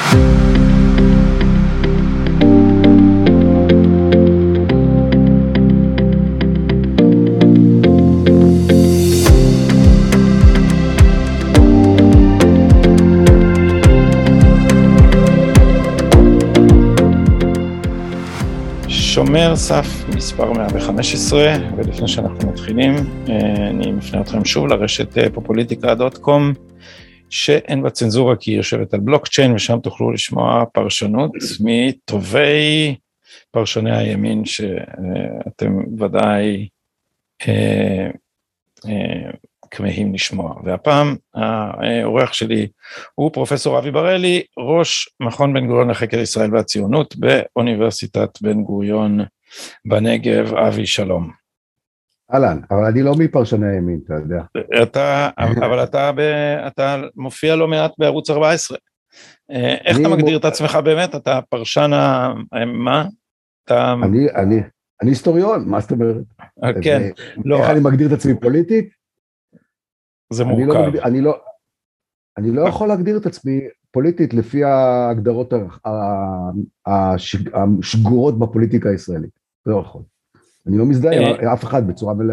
שומר סף מספר 115, ולפני שאנחנו מתחילים, אני מפנה אתכם שוב לרשת פופוליטיקה.com, שאין בה צנזורה כי היא יושבת על בלוקצ'יין, ושם תוכלו לשמוע פרשנות מטובי פרשני הימין, שאתם ודאי כמהים לשמוע. והפעם האורח שלי הוא פרופסור אבי בראלי, ראש מכון בן גוריון לחקר ישראל והציונות באוניברסיטת בן גוריון בנגב. אבי, שלום. אהלן, אבל אני לא מפרשני הימין, אתה יודע. אבל אתה מופיע לא מעט בערוץ 14. איך אתה מגדיר את עצמך באמת? אתה פרשן מה? אני היסטוריון, מה זאת אומרת? כן. איך אני מגדיר את עצמי פוליטית? זה מורכב. אני לא יכול להגדיר את עצמי פוליטית לפי ההגדרות השגורות בפוליטיקה הישראלית. זה לא יכול. אני לא מזדהה עם אף אחד בצורה מלאה.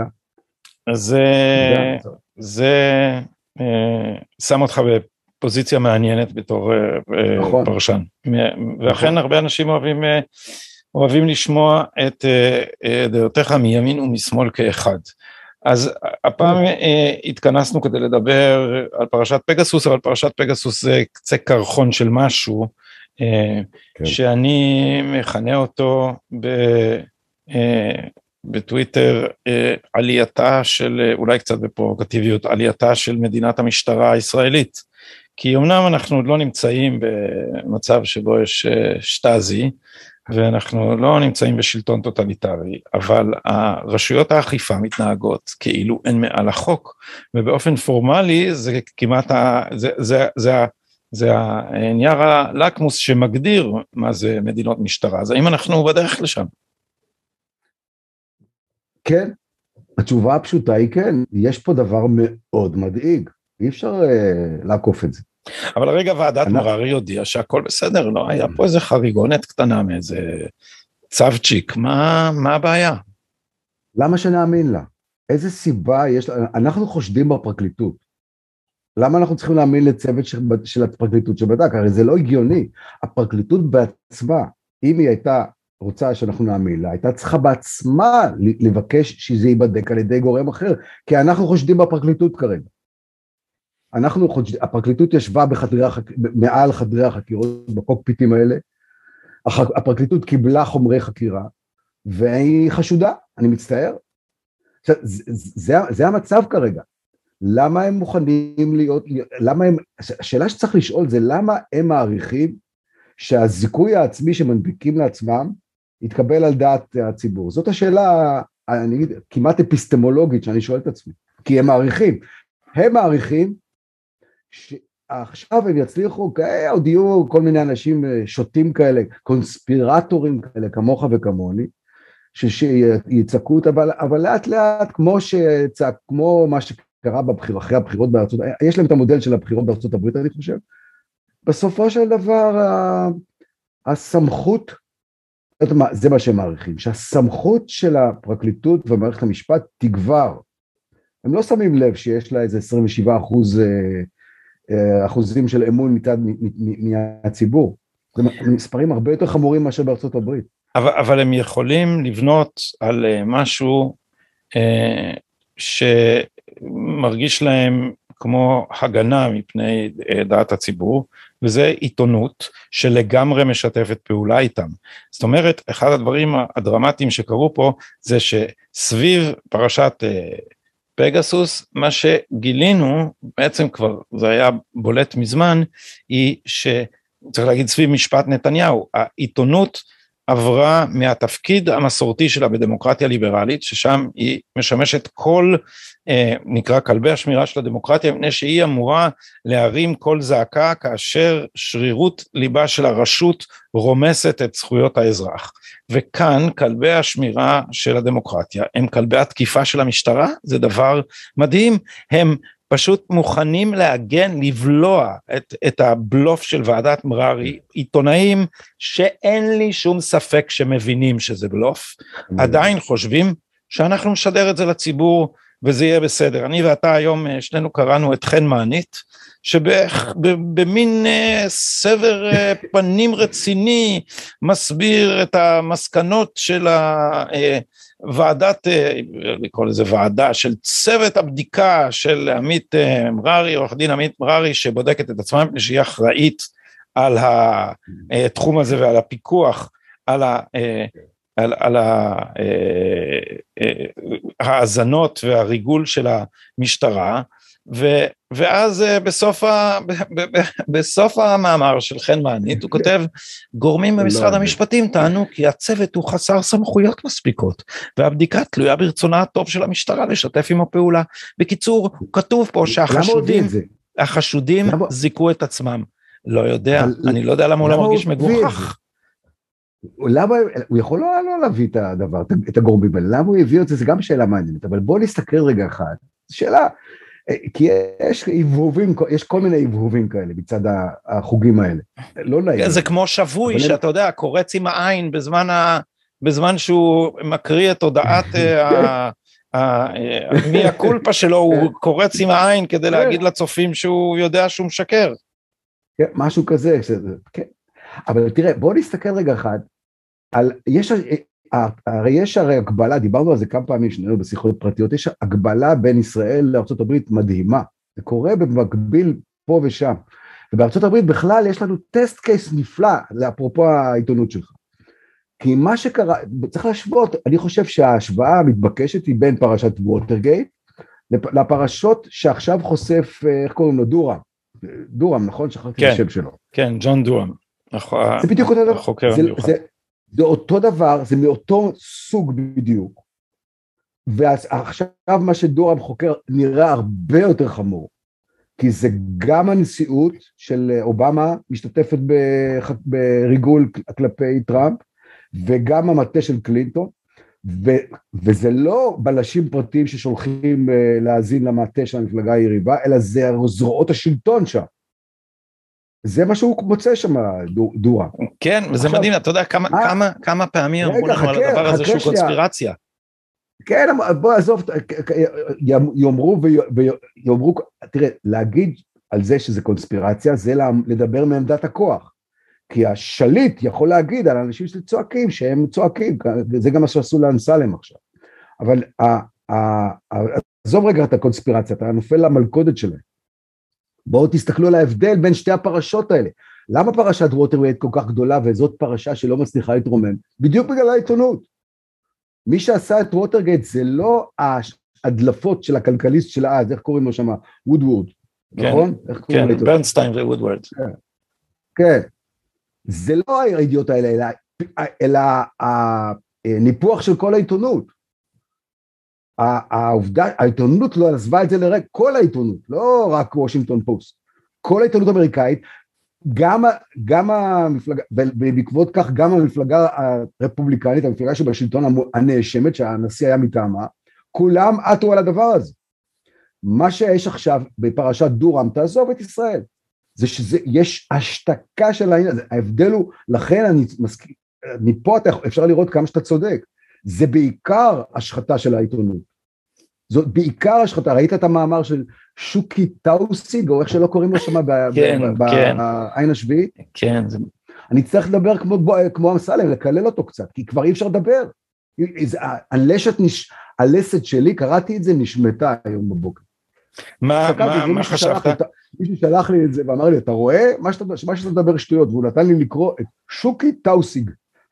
זה שם אותך בפוזיציה מעניינת בתור פרשן. ואכן הרבה אנשים אוהבים לשמוע את דעותיך מימין ומשמאל כאחד. אז הפעם התכנסנו כדי לדבר על פרשת פגסוס, אבל פרשת פגסוס זה קצה קרחון של משהו, שאני מכנה אותו בטוויטר עלייתה של, אולי קצת בפרובוקטיביות, עלייתה של מדינת המשטרה הישראלית, כי אמנם אנחנו עוד לא נמצאים במצב שבו יש שטאזי, ואנחנו לא נמצאים בשלטון טוטליטרי, אבל הרשויות האכיפה מתנהגות כאילו הן מעל החוק, ובאופן פורמלי זה כמעט, זה הנייר הלקמוס שמגדיר מה זה מדינות משטרה. אז האם אנחנו בדרך לשם? כן, התשובה הפשוטה היא כן, יש פה דבר מאוד מדאיג, אי אפשר לעקוף את זה. אבל הרגע ועדת מררי הודיעה שהכל בסדר, לא היה פה איזה חריגונת קטנה מאיזה צווצ'יק, מה הבעיה? למה שנאמין לה? איזה סיבה יש לה? אנחנו חושדים בפרקליטות. למה אנחנו צריכים להאמין לצוות של הפרקליטות שבדק? הרי זה לא הגיוני. הפרקליטות בעצמה, אם היא הייתה רוצה שאנחנו נאמין לה, הייתה צריכה בעצמה לבקש שזה ייבדק על ידי גורם אחר, כי אנחנו חושדים בפרקליטות כרגע. הפרקליטות ישבה מעל חדרי החקירות בקוקפיטים האלה, הפרקליטות קיבלה חומרי חקירה, והיא חשודה, אני מצטער. זה המצב כרגע. למה הם מוכנים להיות, השאלה שצריך לשאול זה למה הם מעריכים שהזיכוי העצמי שמנפיקים לעצמם, יתקבל על דעת הציבור. זאת השאלה, אני אגיד, כמעט אפיסטמולוגית שאני שואל את עצמי, כי הם מעריכים, שעכשיו הם יצליחו, עוד יהיו כל מיני אנשים שוטים כאלה, קונספירטורים כאלה, כמוך וכמוני, שיצעקו אותה, אבל לאט לאט, כמו מה שקרה אחרי הבחירות בארצות, יש להם את המודל של הבחירות בארצות הברית, אני חושב, בסופו של דבר, הסמכות, זה מה שהם מעריכים, שהסמכות של הפרקליטות ומערכת המשפט תגבר, הם לא שמים לב שיש לה איזה 27% של אמון מהציבור. זה מספרים הרבה יותר חמורים מאשר בארצות הברית. אבל הם יכולים לבנות על משהו שמרגיש להם כמו הגנה מפני דעת הציבור, וזה עיתונות שלגמרי משתפת פעולה איתם. זאת אומרת, אחד הדברים הדרמטיים שקרו פה, זה שסביב פרשת פגסוס, מה שגילינו, בעצם כבר זה היה בולט מזמן, היא שצריך להגיד סביב משפט נתניהו, העיתונות עברה מהתפקיד המסורתי שלה בדמוקרטיה ליברלית, ששם היא משמשת כל, נקרא כלבי השמירה של הדמוקרטיה, מפני שהיא אמורה להרים כל זעקה, כאשר שרירות ליבה של הרשות רומסת את זכויות האזרח. וכאן כלבי השמירה של הדמוקרטיה, הם כלבי התקיפה של המשטרה, זה דבר מדהים, הם פשוט מוכנים להגן, לבלוע את הבלוף של ועדת מררי, עיתונאים שאין לי שום ספק שמבינים שזה בלוף, עדיין חושבים שאנחנו נשדר את זה לציבור, וזה יהיה בסדר. אני ואתה היום שנינו קראנו את חן מענית, שבמין סבר פנים רציני, מסביר את המסקנות של ועדת, לקרוא לזה ועדה, של צוות הבדיקה של עמית מררי, עורך דין עמית מררי, שבודקת את עצמה, מפני שהיא אחראית על התחום הזה ועל הפיקוח, על ההאזנות והריגול של המשטרה, ואז בסוף המאמר של חן מענית, הוא כותב, גורמים במשרד המשפטים טענו כי הצוות הוא חסר סמכויות מספיקות, והבדיקה תלויה ברצונה הטוב של המשטרה לשתף עם הפעולה. בקיצור, כתוב פה שהחשודים זיקו את עצמם. לא יודע, אני לא יודע למה הוא לא מרגיש מגוחך. למה, הוא יכול לא להביא את הדבר, את הגורמים, למה הוא הביא את זה, זה גם שאלה מעניינת, אבל בואו נסתכל רגע אחד, שאלה, כי יש כל מיני הבהובים כאלה, מצד החוגים האלה, לא נעים. זה כמו שבוי, שאתה יודע, קורץ עם העין, בזמן שהוא מקריא את הודעת מי הקולפה שלו, הוא קורץ עם העין, כדי להגיד לצופים שהוא יודע שהוא משקר. כן, משהו כזה, כן. אבל תראה, בואו נסתכל רגע אחד, הרי יש הגבלה, דיברנו על זה כמה פעמים שנינו בשיחות פרטיות, יש הגבלה בין ישראל לארצות הברית מדהימה, זה קורה במקביל פה ושם, ובארצות הברית בכלל יש לנו טסט קייס נפלא, לאפרופו העיתונות שלך, כי מה שקרה, צריך להשוות, אני חושב שההשוואה המתבקשת היא בין פרשת ווטרגייט, לפרשות שעכשיו חושף, איך קוראים לו, דורם, נכון? שכחתי את השם שלו. כן, ג'ון דורם. זה בדיוק אותו דבר, זה אותו דבר, זה מאותו סוג בדיוק, ועכשיו מה שדורם חוקר נראה הרבה יותר חמור, כי זה גם הנשיאות של אובמה משתתפת בריגול כלפי טראמפ, וגם המטה של קלינטון, וזה לא בלשים פרטיים ששולחים להאזין למטה של המפלגה היריבה, אלא זה זרועות השלטון שם, זה מה שהוא מוצא שם, דורה. כן, וזה מדהים, אתה יודע כמה פעמים אמרו לנו על הדבר הזה שהוא קונספירציה. כן, בוא עזוב, יאמרו, תראה, להגיד על זה שזה קונספירציה, זה לדבר מעמדת הכוח, כי השליט יכול להגיד על אנשים שצועקים, שהם צועקים, זה גם מה שעשו לאנסלם עכשיו, אבל עזוב רגע את הקונספירציה, אתה נופל למלכודת שלהם, בואו תסתכלו על ההבדל בין שתי הפרשות האלה. למה פרשת ווטרגייט כל כך גדולה, וזאת פרשה שלא מצליחה להתרומם? בדיוק בגלל העיתונות. מי שעשה את ווטרגייט זה לא ההדלפות של הכלכליסט של אז, איך קוראים לו שם? וודוורד, נכון? כן, ברנסטיין ווודוורד. כן. זה לא הידיעות האלה, אלא הניפוח של כל העיתונות. העובדה, העיתונות לא עזבה את זה לרגע, כל העיתונות, לא רק וושינגטון פוסט, כל העיתונות האמריקאית, גם המפלגה, ובעקבות כך גם המפלגה הרפובליקנית, המפלגה שבשלטון הנאשמת, שהנשיא היה מטעמה, כולם עטו על הדבר הזה. מה שיש עכשיו בפרשת דורם, תעזוב את ישראל, זה שיש השתקה של העניין הזה, ההבדל הוא, לכן אני מסכים, מפה אפשר לראות כמה שאתה צודק, זה בעיקר השחתה של העיתונות, זאת בעיקר השחתה, ראית את המאמר של שוקי טאוסיג, או איך שלא קוראים לו שם בעין השביעית? כן. אני צריך לדבר כמו אמסלם, לקלל אותו קצת, כי כבר אי אפשר לדבר, הלסת שלי, קראתי את זה, נשמתה היום בבוקר. מה חשבת? מישהו שלח לי את זה ואמר לי, אתה רואה מה שאתה מדבר שטויות, והוא נתן לי לקרוא את שוקי טאוסיג,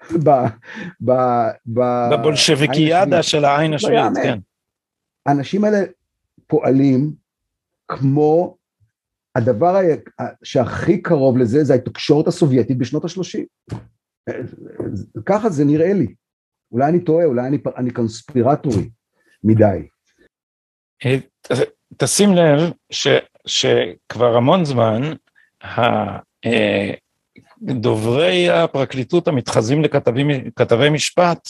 בבולשביקיידה של העין השביעית, כן. האנשים האלה פועלים כמו הדבר שהכי קרוב לזה, זה התקשורת הסובייטית בשנות ה-30. ככה זה נראה לי. אולי אני טועה, אולי אני קונספירטורי מדי. תשים לב שכבר המון זמן, דוברי הפרקליטות המתחזים לכתבי משפט,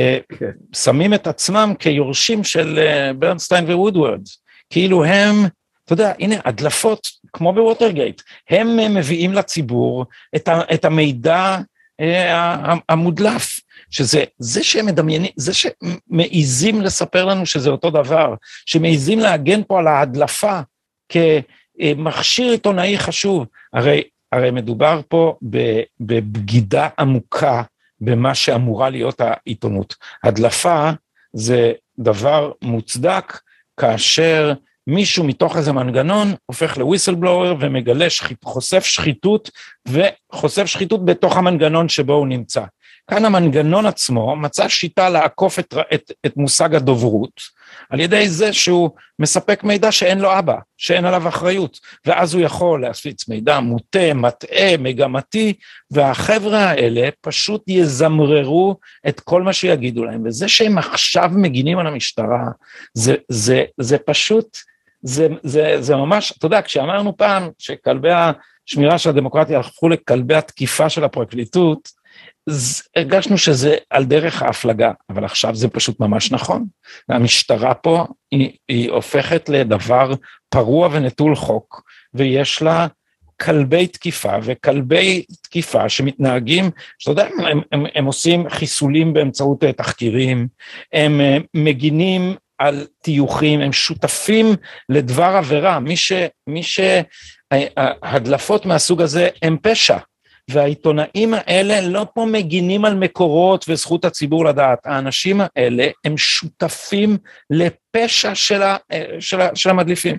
שמים את עצמם כיורשים של ברנסטיין ווודוורד, כאילו הם אתה יודע, הנה, הדלפות, כמו בווטרגייט, הם מביאים לציבור את המידע המודלף, זה שהם מדמיינים, זה שמעיזים לספר לנו שזה אותו דבר, שמעיזים להגן פה על ההדלפה כמכשיר עיתונאי חשוב, הרי מדובר פה בבגידה עמוקה במה שאמורה להיות העיתונות. הדלפה זה דבר מוצדק כאשר מישהו מתוך איזה מנגנון הופך לוויסלבלואר ומגלה חושף שחיתות בתוך המנגנון שבו הוא נמצא. כאן המנגנון עצמו מצא שיטה לעקוף את מושג הדוברות, על ידי זה שהוא מספק מידע שאין לו אבא, שאין עליו אחריות, ואז הוא יכול להפיץ מידע מוטה, מטעה, מגמתי, והחבר'ה האלה פשוט יזמררו את כל מה שיגידו להם, וזה שהם עכשיו מגינים על המשטרה, זה פשוט, זה ממש, אתה יודע, כשאמרנו פעם שכלבי השמירה של הדמוקרטיה הלכו לכלבי התקיפה של הפרקליטות, הרגשנו שזה על דרך ההפלגה, אבל עכשיו זה פשוט ממש נכון. המשטרה פה היא הופכת לדבר פרוע ונטול חוק, ויש לה כלבי תקיפה וכלבי תקיפה שמתנהגים, שאתה יודע, הם עושים חיסולים באמצעות תחקירים, הם מגינים על תיוחים, הם שותפים לדבר עבירה, מי שהדלפות מהסוג הזה הם פשע, והעיתונאים האלה לא פה מגינים על מקורות וזכות הציבור לדעת, האנשים האלה הם שותפים לפשע של המדליפים.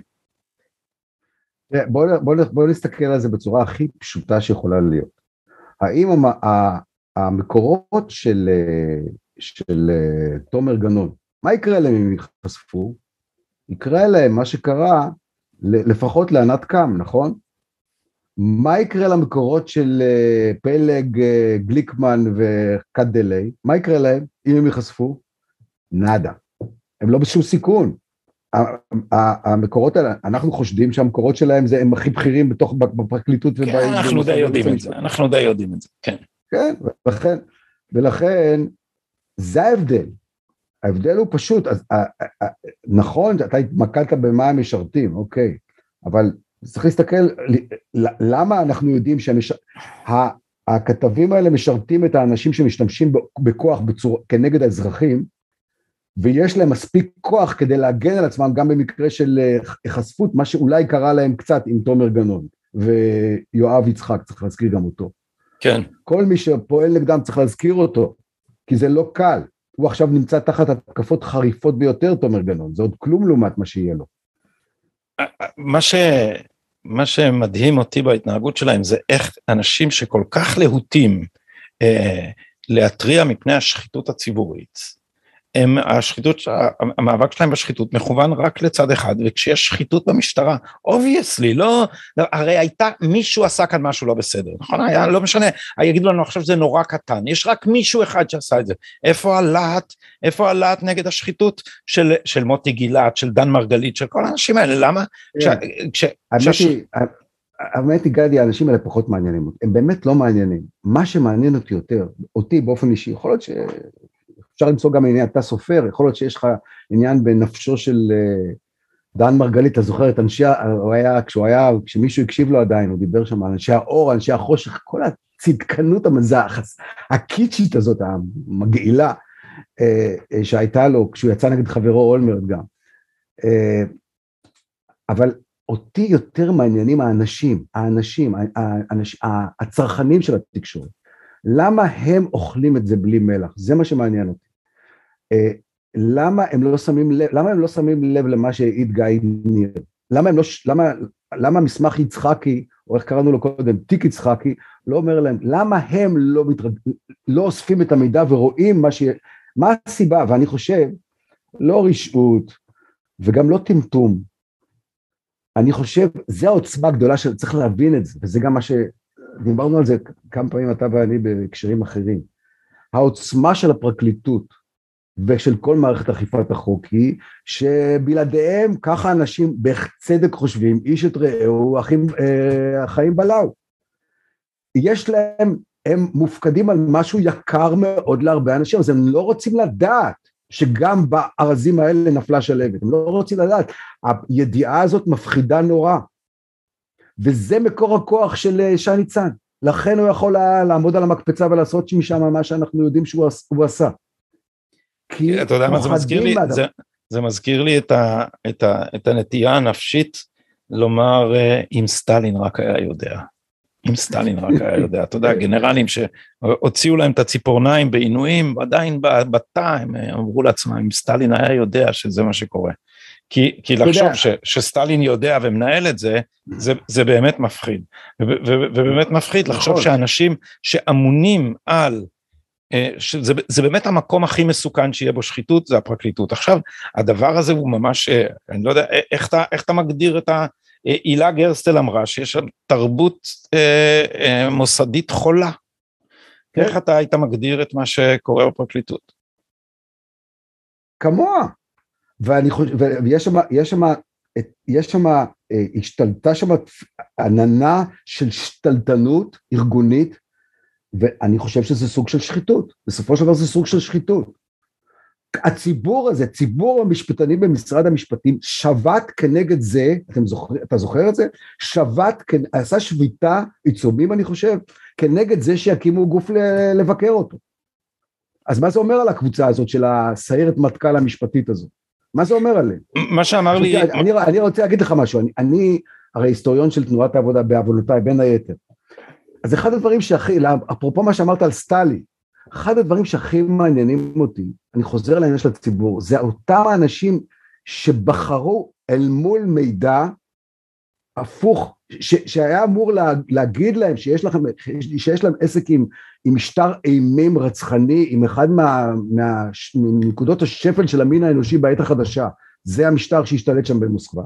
בוא נסתכל על זה בצורה הכי פשוטה שיכולה להיות. האם המקורות של תומר גנון, מה יקרה להם אם יחשפו? יקרה להם מה שקרה לפחות לענת קם, נכון? מה יקרה למקורות של פלג, גליקמן וקדלי? מה יקרה להם אם הם יחשפו? נדה. הם לא בשום סיכון. המקורות האלה, אנחנו חושדים שהמקורות שלהם זה הם הכי בכירים בפרקליטות. כן, אנחנו די יודעים את זה, כן. כן, ולכן זה ההבדל. ההבדל הוא פשוט, נכון, אתה התמקדת במה הם משרתים, אוקיי, אבל צריך להסתכל, למה אנחנו יודעים שהכתבים האלה משרתים את האנשים שמשתמשים בכוח כנגד האזרחים, ויש להם מספיק כוח כדי להגן על עצמם גם במקרה של חשפות, מה שאולי קרה להם קצת עם תומר גנון, ויואב יצחק, צריך להזכיר גם אותו. כן. כל מי שפועל נגדם צריך להזכיר אותו, כי זה לא קל. הוא עכשיו נמצא תחת התקפות חריפות ביותר, תומר גנון, זה עוד כלום לעומת מה שיהיה לו. מה שמדהים אותי בהתנהגות שלהם, זה איך אנשים שכל כך להוטים להטריע מפני השחיתות הציבורית, המאבק שלהם בשחיתות מכוון רק לצד אחד, וכשיש שחיתות במשטרה, obviously, לא, הרי מישהו עשה כאן משהו לא בסדר, נכון? לא משנה, יגידו לנו עכשיו זה נורא קטן, יש רק מישהו אחד שעשה את זה, איפה הלהט נגד השחיתות של מוטי גילת, של דן מרגלית, של כל האנשים האלה, למה? האמת היא, גדי, האנשים האלה פחות מעניינים, הם באמת לא מעניינים, מה שמעניין אותי באופן אישי, יכול להיות אפשר למצוא גם עניין, אתה סופר, יכול להיות שיש לך עניין בנפשו של דן מרגלית, אתה זוכר את כשמישהו הקשיב לו עדיין, הוא דיבר שם על אנשי האור, אנשי החושך, כל הצדקנות הקיצ'ית הזאת, המגעילה, שהייתה לו, כשהוא יצא נגד חברו אולמרט גם. אבל אותי יותר מעניינים האנשים, הצרכנים של התקשורת, למה הם אוכלים את זה בלי מלח? זה מה שמעניין אותי. למה הם לא שמים לב למה שהעיד גיא ניר? למה מסמך יצחקי, או איך קראנו לו קודם, תיק יצחקי, לא אומר להם, למה הם לא אוספים את המידע ורואים מה הסיבה? ואני חושב, לא רשעות, וגם לא טמטום. אני חושב, זה העוצמה הגדולה שצריך להבין את זה, וזה גם מה דיברנו על זה כמה פעמים אתה ואני בהקשרים אחרים. העוצמה של הפרקליטות ושל כל מערכת אכיפת החוק היא שבלעדיהם ככה אנשים בצדק חושבים, איש את רעהו, החיים בלעו. יש להם, הם מופקדים על משהו יקר מאוד להרבה אנשים, אז הם לא רוצים לדעת. שגם בארזים האלה נפלה שלבת, הם לא רוצים לדעת, הידיעה הזאת מפחידה נורא, וזה מקור הכוח של שי ניצן, לכן הוא יכול לעמוד על המקפצה ולעשות משם מה שאנחנו יודעים שהוא עשה. כי אתה יודע מה זה מזכיר לי? זה מזכיר לי את הנטייה הנפשית לומר, אם סטלין רק היה יודע. אם סטלין רק היה יודע, אתה יודע, גנרלים שהוציאו להם את הציפורניים בעינויים, עדיין בתא הם אמרו לעצמם, אם סטלין היה יודע שזה מה שקורה. כי לחשוב שסטלין יודע ומנהל את זה, זה באמת מפחיד. ובאמת מפחיד לחשוב שאנשים שאמונים על, זה באמת המקום הכי מסוכן שיהיה בו שחיתות, זה הפרקליטות. עכשיו, הדבר הזה הוא ממש, אני לא יודע, איך אתה מגדיר את הילה גרסטל אמרה, שיש שם תרבות מוסדית חולה. איך אתה היית מגדיר את מה שקורה בפרקליטות? כמוה. ויש שם, השתלטה שם עננה של שתלטנות ארגונית, ואני חושב שזה סוג של שחיתות, בסופו של דבר זה סוג של שחיתות. הציבור הזה, ציבור המשפטנים במשרד המשפטים, שבת כנגד זה, אתה זוכר את זה? שבת, עשה שביתה, עיצומים אני חושב, כנגד זה שיקימו גוף לבקר אותו. אז מה זה אומר על הקבוצה הזאת של הסיירת מטכ"ל המשפטית הזאת? מה זה אומר עליהם? מה שאמר לי... אני רוצה להגיד לך משהו, אני הרי היסטוריון של תנועת העבודה בעוונותיי, בין היתר. אז אחד הדברים שהכי, אפרופו מה שאמרת על סטלי, אחד הדברים שהכי מעניינים אותי, אני חוזר לעניין של הציבור, זה אותם האנשים שבחרו אל מול מידע הפוך, שהיה אמור להגיד להם שיש להם עסק עם משטר אימים רצחני, עם אחד מנקודות השפל של המין האנושי בעת החדשה, זה המשטר שהשתלט שם במוסקבה.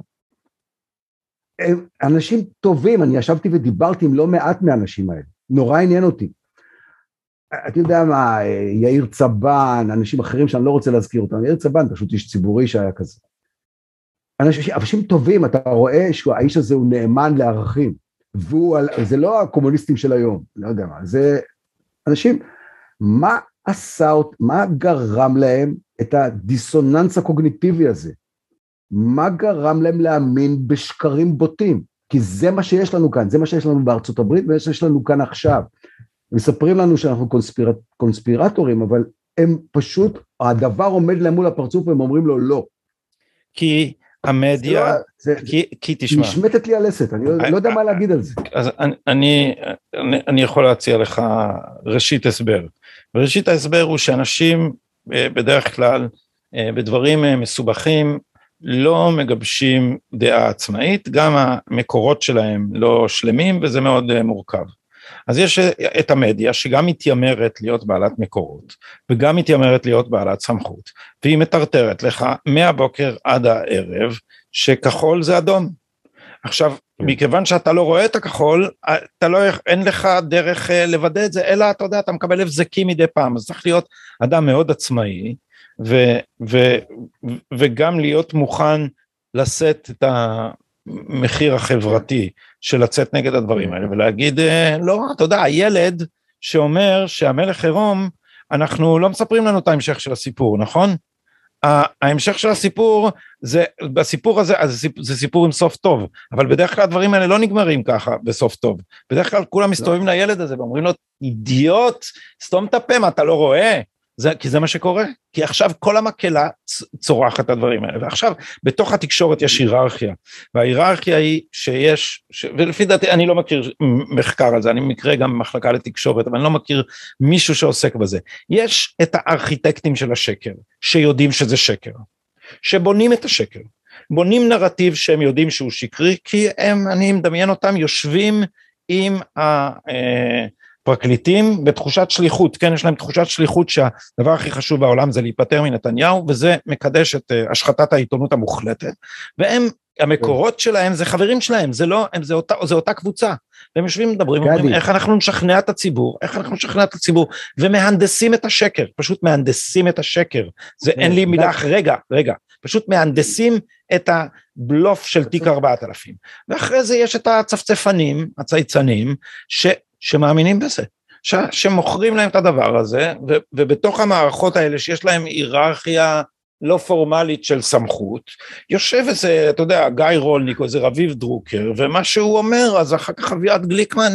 אנשים טובים, אני ישבתי ודיברתי עם לא מעט מהאנשים האלה, נורא עניין אותי. אתה יודע מה, יאיר צבן, אנשים אחרים שאני לא רוצה להזכיר אותם, יאיר צבן פשוט איש ציבורי שהיה כזה. אנשים טובים, אתה רואה שהאיש הזה הוא נאמן לערכים, זה לא הקומוניסטים של היום, לא יודע מה, זה אנשים, מה גרם להם את הדיסוננס הקוגניטיבי הזה? מה גרם להם להאמין בשקרים בוטים? כי זה מה שיש לנו כאן, זה מה שיש לנו בארצות הברית, וזה שיש לנו כאן עכשיו. הם מספרים לנו שאנחנו קונספירטורים, אבל הם פשוט, הדבר עומד להם מול הפרצוף, והם אומרים לו לא. כי המדיה, כי תשמע. נשמטת לי הלסת, אני לא יודע מה להגיד על זה. אז אני יכול להציע לך ראשית הסבר. וראשית ההסבר הוא שאנשים בדרך כלל, בדברים מסובכים, לא מגבשים דעה עצמאית, גם המקורות שלהם לא שלמים, וזה מאוד מורכב. אז יש את המדיה, שגם מתיימרת להיות בעלת מקורות, וגם מתיימרת להיות בעלת סמכות, והיא מטרטרת לך מהבוקר עד הערב, שכחול זה אדום. עכשיו, מכיוון שאתה לא רואה את הכחול, אין לך דרך לוודא את זה, אלא אתה יודע, אתה מקבל הבזקים מדי פעם, אז צריך להיות אדם מאוד עצמאי, וגם להיות מוכן לשאת את המחיר החברתי של לצאת נגד הדברים האלה, ולהגיד, לא, אתה יודע, הילד שאומר שהמלך עירום, אנחנו לא מספרים לנו את ההמשך של הסיפור, נכון? ההמשך של הסיפור, בסיפור הזה, זה סיפור עם סוף טוב, אבל בדרך כלל הדברים האלה לא נגמרים ככה בסוף טוב, בדרך כלל כולם מסתובבים לילד הזה, ואומרים לו, אידיוט, סתום את הפה, מה אתה לא רואה? כי זה מה שקורה, כי עכשיו כל המקלה צורחת את הדברים האלה, ועכשיו בתוך התקשורת יש היררכיה, וההיררכיה היא שיש, ולפי דעתי אני לא מכיר מחקר על זה, אני מקרה גם במחלקה לתקשורת, אבל אני לא מכיר מישהו שעוסק בזה, יש את הארכיטקטים של השקר, שיודעים שזה שקר, שבונים את השקר, בונים נרטיב שהם יודעים שהוא שקרי, כי אני מדמיין אותם יושבים עם פרקליטים בתחושת שליחות, כן, יש להם תחושת שליחות שהדבר הכי חשוב בעולם זה להיפטר מנתניהו, וזה מקדש את השחתת העיתונות המוחלטת, והם, המקורות שלהם זה חברים שלהם, זה אותה קבוצה, והם יושבים מדברים, אומרים איך אנחנו נשכנע את הציבור, ומהנדסים את השקר, פשוט מהנדסים את השקר, זה אין לי מילה, רגע, פשוט מהנדסים את הבלוף של תיק 4000, ואחרי זה יש את הצפצפנים, הצייצנים, שמאמינים בזה, שמוכרים להם את הדבר הזה, ובתוך המערכות האלה שיש להם היררכיה לא פורמלית של סמכות, יושב איזה, אתה יודע, גיא רולניק או איזה רביב דרוקר, ומה שהוא אומר, אז אחר כך אביעד גליקמן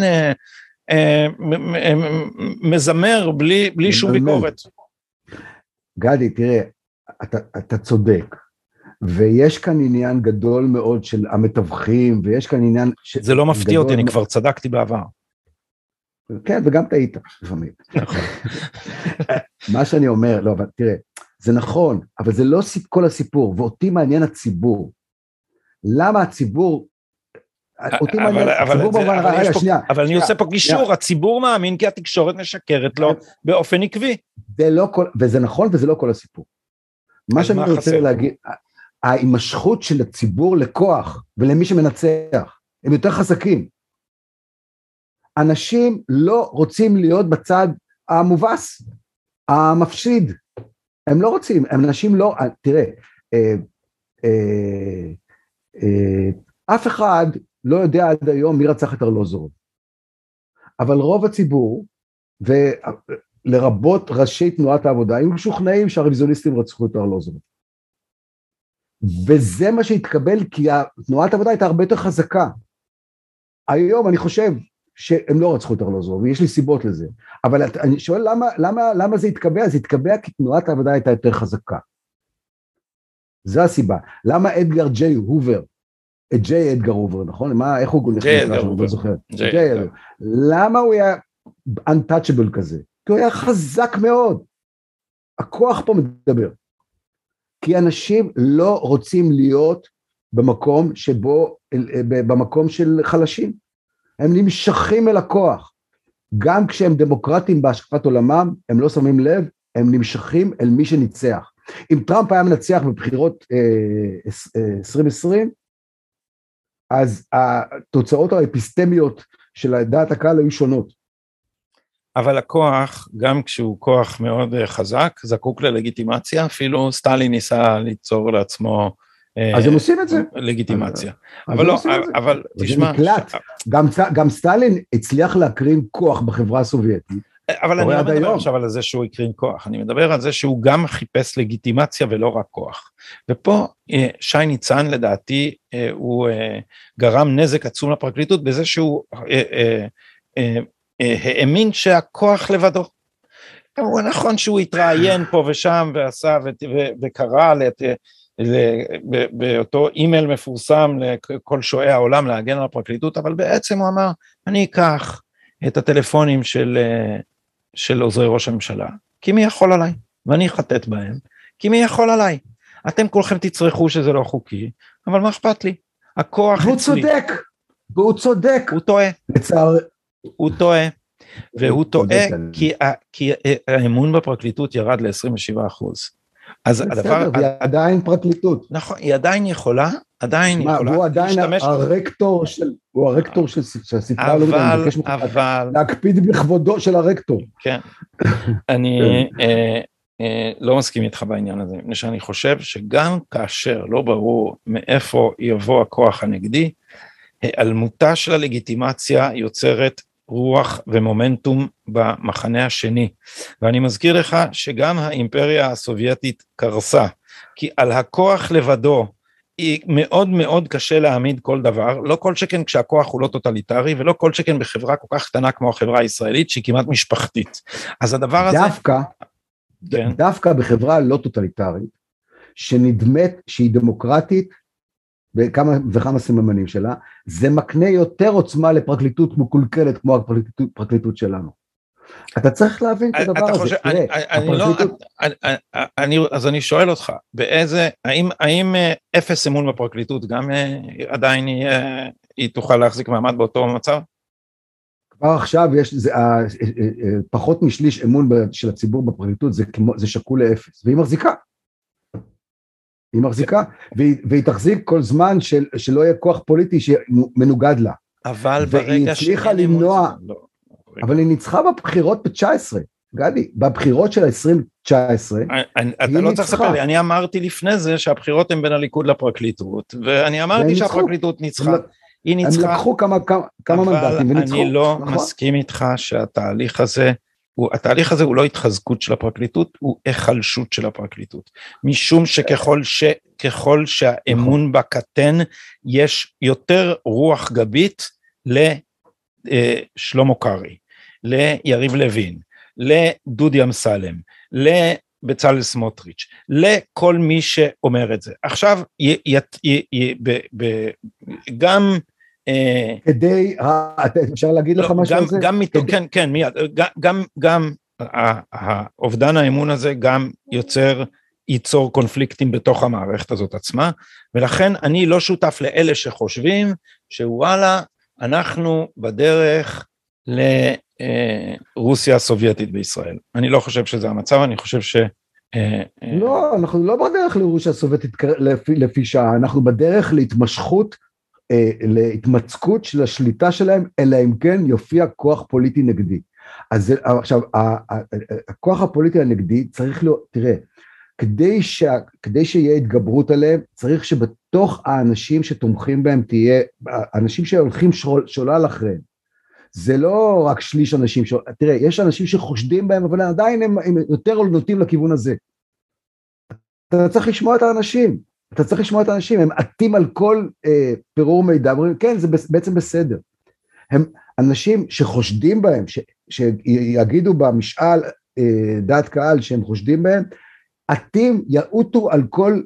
מזמר בלי שום ביקורת. גדי, תראה, אתה צודק, ויש כאן עניין גדול מאוד של המתווכים, ויש כאן עניין... זה לא מפתיע אותי, אני כבר צדקתי בעבר. כן, וגם טעית, לפעמים. נכון. מה שאני אומר, לא, אבל תראה, זה נכון, אבל זה לא כל הסיפור, ואותי מעניין הציבור. למה הציבור... אותי מעניין, הציבור במובן, רגע, שנייה. אבל אני עושה פה גישור, הציבור מאמין כי התקשורת משקרת לו באופן עקבי. וזה נכון, וזה לא כל הסיפור. מה שאני רוצה להגיד, ההימשכות של הציבור לכוח, ולמי שמנצח, הם יותר חזקים. אנשים לא רוצים להיות בצד המובס, המפסיד. הם לא רוצים, אנשים לא, תראה, אף אחד לא יודע עד היום מי רצח את ארלוזורוב. אבל רוב הציבור, ולרבות ראשי תנועת העבודה, היו משוכנעים שהרוויזיוניסטים רצחו את ארלוזורוב. וזה מה שהתקבל, כי תנועת העבודה הייתה הרבה יותר חזקה. היום אני חושב שהם לא רצחו את ארלוזורוב, ויש לי סיבות לזה. אבל אני שואל למה זה התקבע? זה התקבע כי תנועת העבודה הייתה יותר חזקה. זו הסיבה. למה אדגר ג'יי הובר, ג'יי אדגר הובר, נכון? איך הוא גולך? ג'יי אדגר הובר. למה הוא היה untouchable כזה? כי הוא היה חזק מאוד. הכוח פה מדבר. כי אנשים לא רוצים להיות במקום במקום של חלשים. הם נמשכים אל הכוח. גם כשהם דמוקרטים בהשקפת עולמם, הם לא שמים לב, הם נמשכים אל מי שניצח. אם טראמפ היה מנצח בבחירות 2020, אז התוצאות האפיסטמיות של דעת הקהל היו שונות. אבל הכוח, גם כשהוא כוח מאוד חזק, זקוק ללגיטימציה, אפילו סטלין ניסה ליצור לעצמו אז הם עושים את זה. לגיטימציה. אבל לא, אבל תשמע. גם סטלין הצליח להקרין כוח בחברה הסובייטית. אבל אני לא מדבר עכשיו על זה שהוא הקרין כוח, אני מדבר על זה שהוא גם חיפש לגיטימציה ולא רק כוח. ופה שי ניצן לדעתי, הוא גרם נזק עצום לפרקליטות, בזה שהוא האמין שהכוח לבדו. הוא נכון שהוא התראיין פה ושם ועשה וקרא באותו אימייל מפורסם לכל שועי העולם להגן על הפרקליטות, אבל בעצם הוא אמר, אני אקח את הטלפונים של עוזרי ראש הממשלה, כי מי יכול עליי? ואני אחטט בהם, כי מי יכול עליי? אתם כולכם תצרכו שזה לא חוקי, אבל מה אכפת לי? הכוח אצלי. והוא צודק. הוא טועה. הוא טועה. והוא טועה כי האמון בפרקליטות ירד ל-27%. אז הדבר... והיא עדיין פרקליטות. נכון, היא עדיין יכולה, הוא עדיין הרקטור של הספרה הלאומית, אני מבקש ממך להקפיד בכבודו של הרקטור. כן, אני לא מסכים איתך בעניין הזה, מפני שאני חושב שגם כאשר לא ברור מאיפה יבוא הכוח הנגדי, העלמותה של הלגיטימציה יוצרת רוח ומומנטום במחנה השני, ואני מזכיר לך שגם האימפריה הסובייטית קרסה, כי על הכוח לבדו היא מאוד מאוד קשה להעמיד כל דבר, לא כל שכן כשהכוח הוא לא טוטליטרי, ולא כל שכן בחברה כל כך קטנה כמו החברה הישראלית, שהיא כמעט משפחתית. אז הדבר הזה... דווקא בחברה לא טוטליטרית, שנדמת שהיא דמוקרטית, בכמה וכמה סממנים שלה, זה מקנה יותר עוצמה לפרקליטות מקולקלת, כמו הפרקליטות שלנו. אתה צריך להבין את הדבר הזה. אז אני שואל אותך, האם אפס אמון בפרקליטות גם עדיין היא תוכל להחזיק מעמד באותו מצב? כבר עכשיו יש פחות משליש אמון של הציבור בפרקליטות, זה שקול לאפס, והיא מחזיקה. היא מחזיקה, והיא תחזיק כל זמן שלא יהיה כוח פוליטי שמנוגד לה. אבל והיא הצליחה למנוע, אבל היא ניצחה בבחירות ב-19, גדי, בבחירות של ה-2019, אתה לא צריך לספר לי, אני אמרתי לפני זה שהבחירות הן בין הליכוד לפרקליטות, ואני אמרתי שהפרקליטות ניצחה. היא ניצחה. הם לקחו כמה מנדטים וניצחו. אבל אני לא מסכים איתך שהתהליך הזה הוא לא התחזקות של הפרקליטות, הוא החלשות של הפרקליטות. משום שככל שהאמון בה קטן, יש יותר רוח גבית לשלמה קרעי, ליריב לוין, לדודי אמסלם, לבצלאל סמוטריץ', לכל מי שאומר את זה. עכשיו, גם כדי, אפשר להגיד לך משהו על זה? כן, מיד, גם האובדן האמון הזה גם ייצור קונפליקטים בתוך המערכת הזאת עצמה, ולכן אני לא שותף לאלה שחושבים שוואלה, אנחנו בדרך לרוסיה הסובייטית בישראל. אני לא חושב שזה המצב, אני חושב לא, אנחנו לא בדרך לרוסיה הסובייטית לפי שעה, אנחנו בדרך להתמשכות, להתמצקות של השליטה שלהם, אלא אם כן יופיע כוח פוליטי נגדי. אז עכשיו, הכוח הפוליטי הנגדי צריך לו, תראה, כדי שיהיה התגברות עליהם, צריך שבתוך האנשים שתומכים בהם תהיה, אנשים שהולכים שולל אחריהם. זה לא רק שליש אנשים, תראה, יש אנשים שחושדים בהם, אבל עדיין הם יותר נוטים לכיוון הזה. אתה צריך לשמוע את האנשים, הם עטים על כל פירור מידע, כן, זה בעצם בסדר. הם אנשים שחושדים בהם, שיגידו במשאל דעת קהל שהם חושדים בהם, עטים יעוטו על כל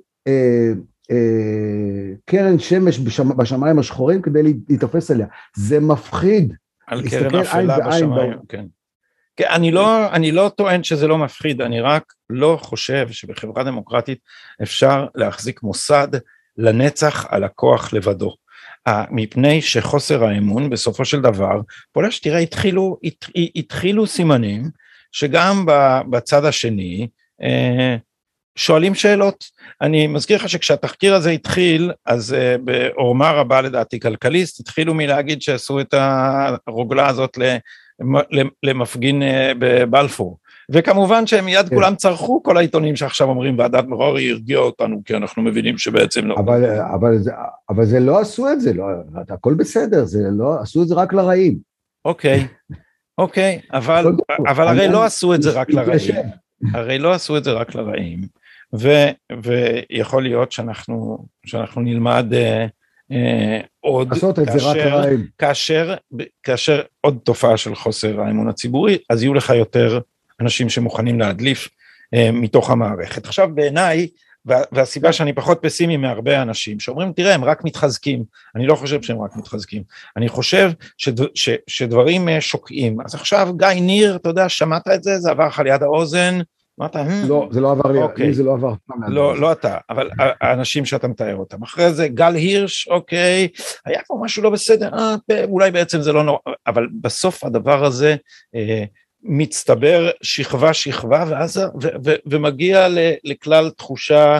קרן שמש בשמיים השחורים כדי להתאפס עליה. זה מפחיד. על קרן אפלה בשמיים, כן. אני לא טוען שזה לא מפחיד, אני רק לא חושב שבחברה דמוקרטית אפשר להחזיק מוסד לנצח על הכוח לבדו. מפני שחוסר האמון בסופו של דבר, פולש תראה, התחילו סימנים שגם בצד השני שואלים שאלות. אני מזכיר לך שכשהתחקיר הזה התחיל, אז בעורמה רבה לדעתי כלכליסט, התחילו מלהגיד שעשו את הרוגלה הזאת למפגין בבלפור, וכמובן שהם מיד כולם צרכו, כל העיתונים שעכשיו אומרים ועדת מררי הרגיעה אותנו, כי אנחנו מבינים שבעצם לא. אבל זה לא עשו את זה, הכל בסדר, זה לא, עשו את זה רק לרעים. אוקיי, אבל הרי לא עשו את זה רק לרעים, ויכול להיות שאנחנו נלמד עוד, כאשר עוד תופעה של חוסר האמון הציבורי, אז יהיו לך יותר אנשים שמוכנים להדליף מתוך המערכת. עכשיו בעיניי, והסיבה שאני פחות פסימי מהרבה אנשים, שאומרים, תראה, הם רק מתחזקים, אני לא חושב שהם רק מתחזקים, אני חושב שדברים שוקעים. אז עכשיו גיא ניר, אתה יודע, שמעת את זה, זה עבר לך ליד האוזן, לא, זה לא עבר לי, זה לא עבר. לא אתה, אבל האנשים שאתה מתאר אותם. אחרי זה גל הירש, אוקיי, היה פה משהו לא בסדר, אולי בעצם זה לא נורא, אבל בסוף הדבר הזה מצטבר שכבה, ומגיע לכלל תחושה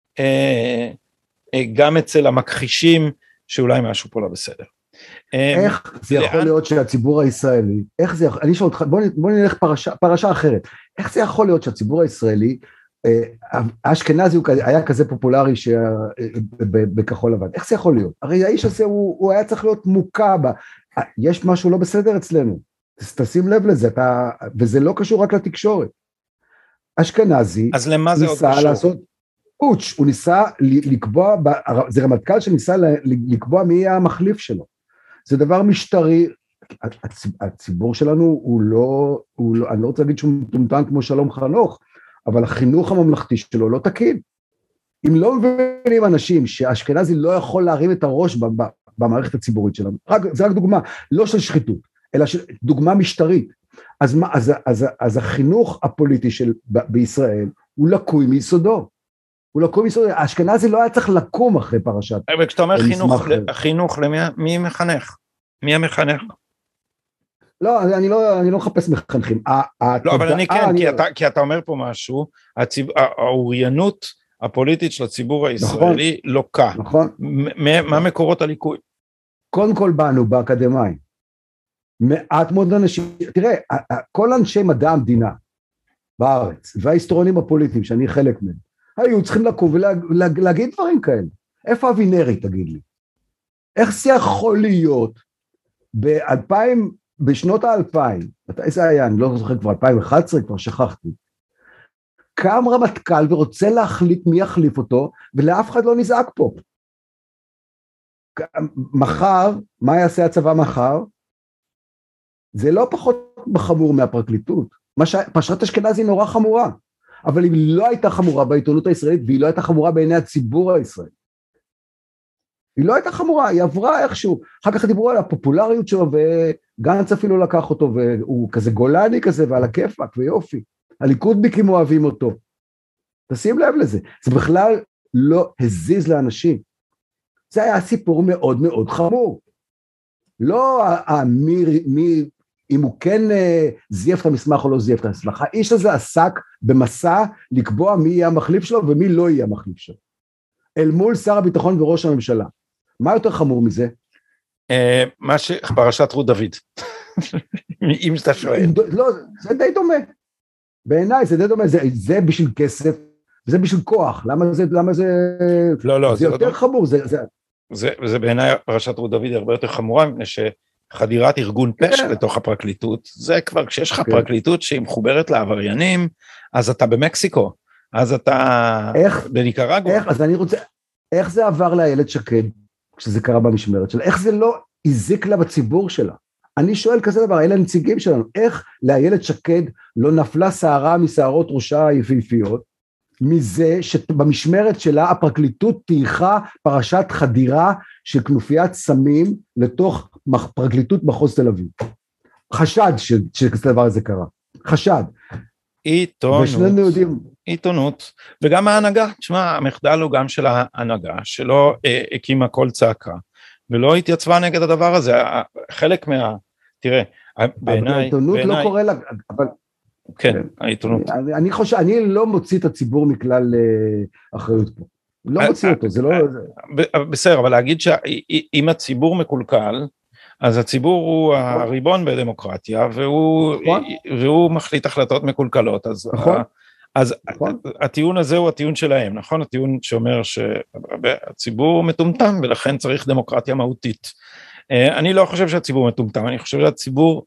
גם אצל המכחישים, שאולי משהו פה לא בסדר. איך זה יכול להיות שהציבור הישראלי, אני אשאל אותך, בוא נלך פרשה אחרת, איך זה יכול להיות שהציבור הישראלי, האשכנזי היה כזה פופולרי בכחול לבן, איך זה יכול להיות? הרי האיש הזה הוא היה צריך להיות מוקע, יש משהו לא בסדר אצלנו, תשים לב לזה, וזה לא קשור רק לתקשורת. אשכנזי ניסה לעשות פוטש, הוא ניסה לקבוע, זה רמטכ"ל שניסה לקבוע מי יהיה המחליף שלו, זה דבר משטרי, הציבור שלנו הוא לא, אני לא רוצה להגיד שהוא מטומטם כמו שלום חנוך, אבל החינוך הממלכתי שלו לא תקין. אם לא מבינים אנשים שהאשכנזי לא יכול להרים את הראש במערכת הציבורית שלנו, זה רק דוגמה, לא של שחיתות, אלא דוגמה משטרית. אז החינוך הפוליטי בישראל הוא לקוי מיסודו. האשכנזי לא היה צריך לקום אחרי פרשת. אבל כשאתה אומר חינוך, מי מחנך? מי המחנך? לא, אני לא מחפש מחנכים. לא, אבל אני כן, כי אתה אומר פה משהו, האוריינות הפוליטית של הציבור הישראלי לוקה. נכון. מה מקורות הליקוי? קודם כל באנו באקדמיים. מעט מאוד אנשים, תראה, כל אנשי מדע המדינה בארץ, וההיסטוריונים הפוליטיים שאני חלק מהם, היו צריכים לקום ולהגיד דברים כאלה. איפה אבינרי, תגיד לי? איך זה יכול להיות בשנות ה-2000, מתי זה היה, אני לא זוכר, כבר 2011, כבר שכחתי, קם רמטכ"ל ורוצה להחליט מי יחליף אותו, ולאף אחד לא נזעק פה. מחר, מה יעשה הצבא מחר? זה לא פחות חמור מהפרקליטות. פרשת אשכנזי נורא חמורה, אבל היא לא הייתה חמורה בעיתונות הישראלית, והיא לא הייתה חמורה בעיני הציבור הישראלי. היא לא הייתה חמורה, היא עברה איכשהו, אחר כך דיברו על הפופולריות שלו, וגנץ אפילו לקח אותו, והוא כזה גולני כזה, ועל הכיפק, ויופי. הליכודניקים אוהבים אותו. תשים לב לזה, זה בכלל לא הזיז לאנשים. זה היה סיפור מאוד מאוד חמור. לא אם הוא כן זייף את המסמך או לא זייף את המסמך, האיש הזה עסק במסע לקבוע מי יהיה המחליף שלו ומי לא יהיה המחליף שלו. אל מול שר הביטחון וראש הממשלה. מה יותר חמור מזה? פרשת רות דוד. אם שאתה שואל. לא, זה די דומה. בעיניי זה די דומה, זה בשביל כסף, וזה בשביל כוח. למה זה לא, זה יותר חמור, זה בעיניי פרשת רות דוד הרבה יותר חמורה, מפני שחדירת ארגון פשע לתוך הפרקליטות, זה כבר כשיש לך פרקליטות שהיא מחוברת לעבריינים, אז אתה במקסיקו, אז אתה בניקרגואה. אז אני רוצה, איך זה עבר לאיילת שקד, כשזה קרה במשמרת שלה? איך זה לא הזיק לה בציבור שלה? אני שואל כזה דבר, אלה הנציגים שלנו, איך לאיילת שקד לא נפלה שערה משערות ראשה היפהפיות, מזה שבמשמרת שלה הפרקליטות תייכה פרשת חדירה של כנופיית סמים לתוך פרקליטות מחוז תל אביב. חשד שדבר הזה קרה. חשד. עיתונות, וגם ההנהגה, תשמע, המחדל הוא גם של ההנהגה, שלא הקימה כל צעקה, ולא התייצבה נגד הדבר הזה, חלק תראה, בעיניי, העיתונות לא קורא לה, אבל... כן, העיתונות. אני לא מוציא את הציבור מכלל אחריות פה. לא מוציא אותו, זה לא... בסדר, אבל להגיד שאם הציבור מקולקל, אז הציבור הוא הריבון בדמוקרטיה, והוא מחליט החלטות מקולקלות, אז הטיעון הזה הוא הטיעון שלהם, נכון? הטיעון שאומר שהציבור מטומטם, ולכן צריך דמוקרטיה מהותית. אני לא חושב שהציבור מטומטם, אני חושב שהציבור,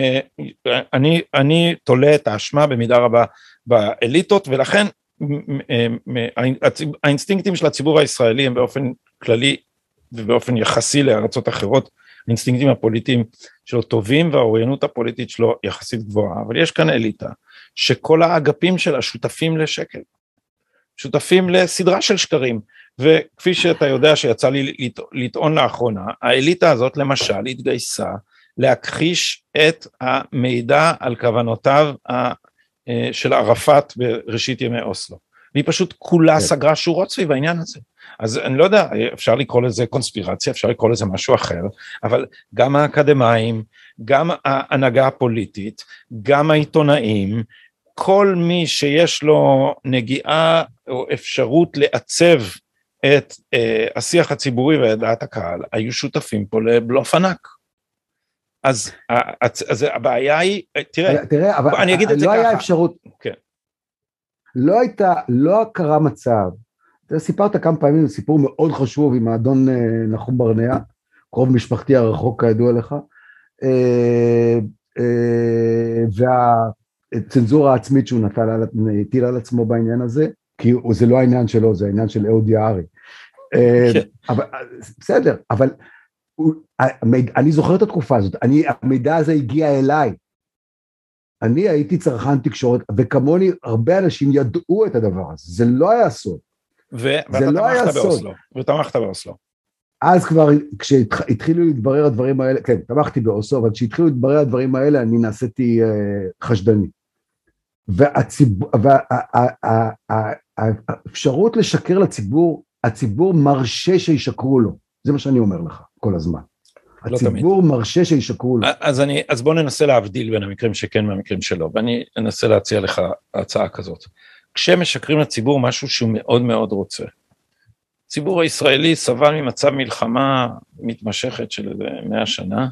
אני תולה את האשמה במידה רבה באליטות, ולכן האינסטינקטים של הציבור הישראלי הם באופן כללי ובאופן יחסי לארצות אחרות, האינסטינקטים הפוליטיים שלו טובים והאוריינות הפוליטית שלו יחסית גבוהה, אבל יש כאן אליטה שכל האגפים שלה שותפים לשקל, שותפים לסדרה של שקרים, וכפי שאתה יודע שיצא לי לטעון לאחרונה, האליטה הזאת למשל התגייסה להכחיש את המידע על כוונותיו של ערפאת בראשית ימי אוסלו, והיא פשוט כולה סגרה שורות סביב העניין הזה. אז אני לא יודע, אפשר לקרוא לזה קונספירציה, אפשר לקרוא לזה משהו אחר, אבל גם האקדמיים, גם ההנהגה הפוליטית, גם העיתונאים, כל מי שיש לו נגיעה או אפשרות לעצב את השיח הציבורי ודעת הקהל, היו שותפים פה לבלוף ענק. אז הבעיה היא, תראה, אבל אני אגיד את זה לא ככה. היה אפשרות, כן. לא קרה מצב, אתה סיפרת כמה פעמים, סיפור מאוד חשוב עם האדון נחום ברנע, קרוב משפחתי הרחוק כידוע לך, והצנזורה העצמית שהוא הטיל על עצמו בעניין הזה, כי זה לא העניין שלו, זה העניין של אהוד יערי. בסדר, אבל אני זוכר את התקופה הזאת, המידע הזה הגיע אליי, אני הייתי צרכן תקשורת, וכמוני הרבה אנשים ידעו את הדבר הזה, זה לא היה סוד. ואתה תמכת באוסלו. אז כבר, כשהתחילו להתברר הדברים האלה, כן, תמכתי באוסלו, אבל כשהתחילו להתברר הדברים האלה, אני נעשיתי חשדני. והאפשרות לשקר לציבור, הציבור מרשה שישקרו לו, זה מה שאני אומר לך כל הזמן. הציבור מרשה שישקרו לו. אז בוא ננסה להבדיל בין המקרים שכן מהמקרים שלא, ואני אנסה להציע לך הצעה כזאת. כשמשקרים לציבור משהו שהוא מאוד מאוד רוצה, הציבור הישראלי סבל ממצב מלחמה מתמשכת של 100 שנה,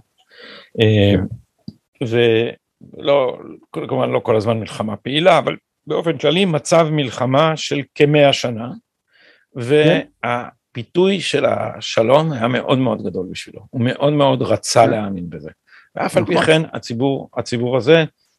ולא, כלומר לא כל הזמן מלחמה פעילה, אבל באופן כללי מצב מלחמה של כ100 שנה, הפיתוי של השלום היה מאוד מאוד גדול בשבילו, הוא מאוד מאוד רצה להאמין בזה, ואף על פי כן הציבור הזה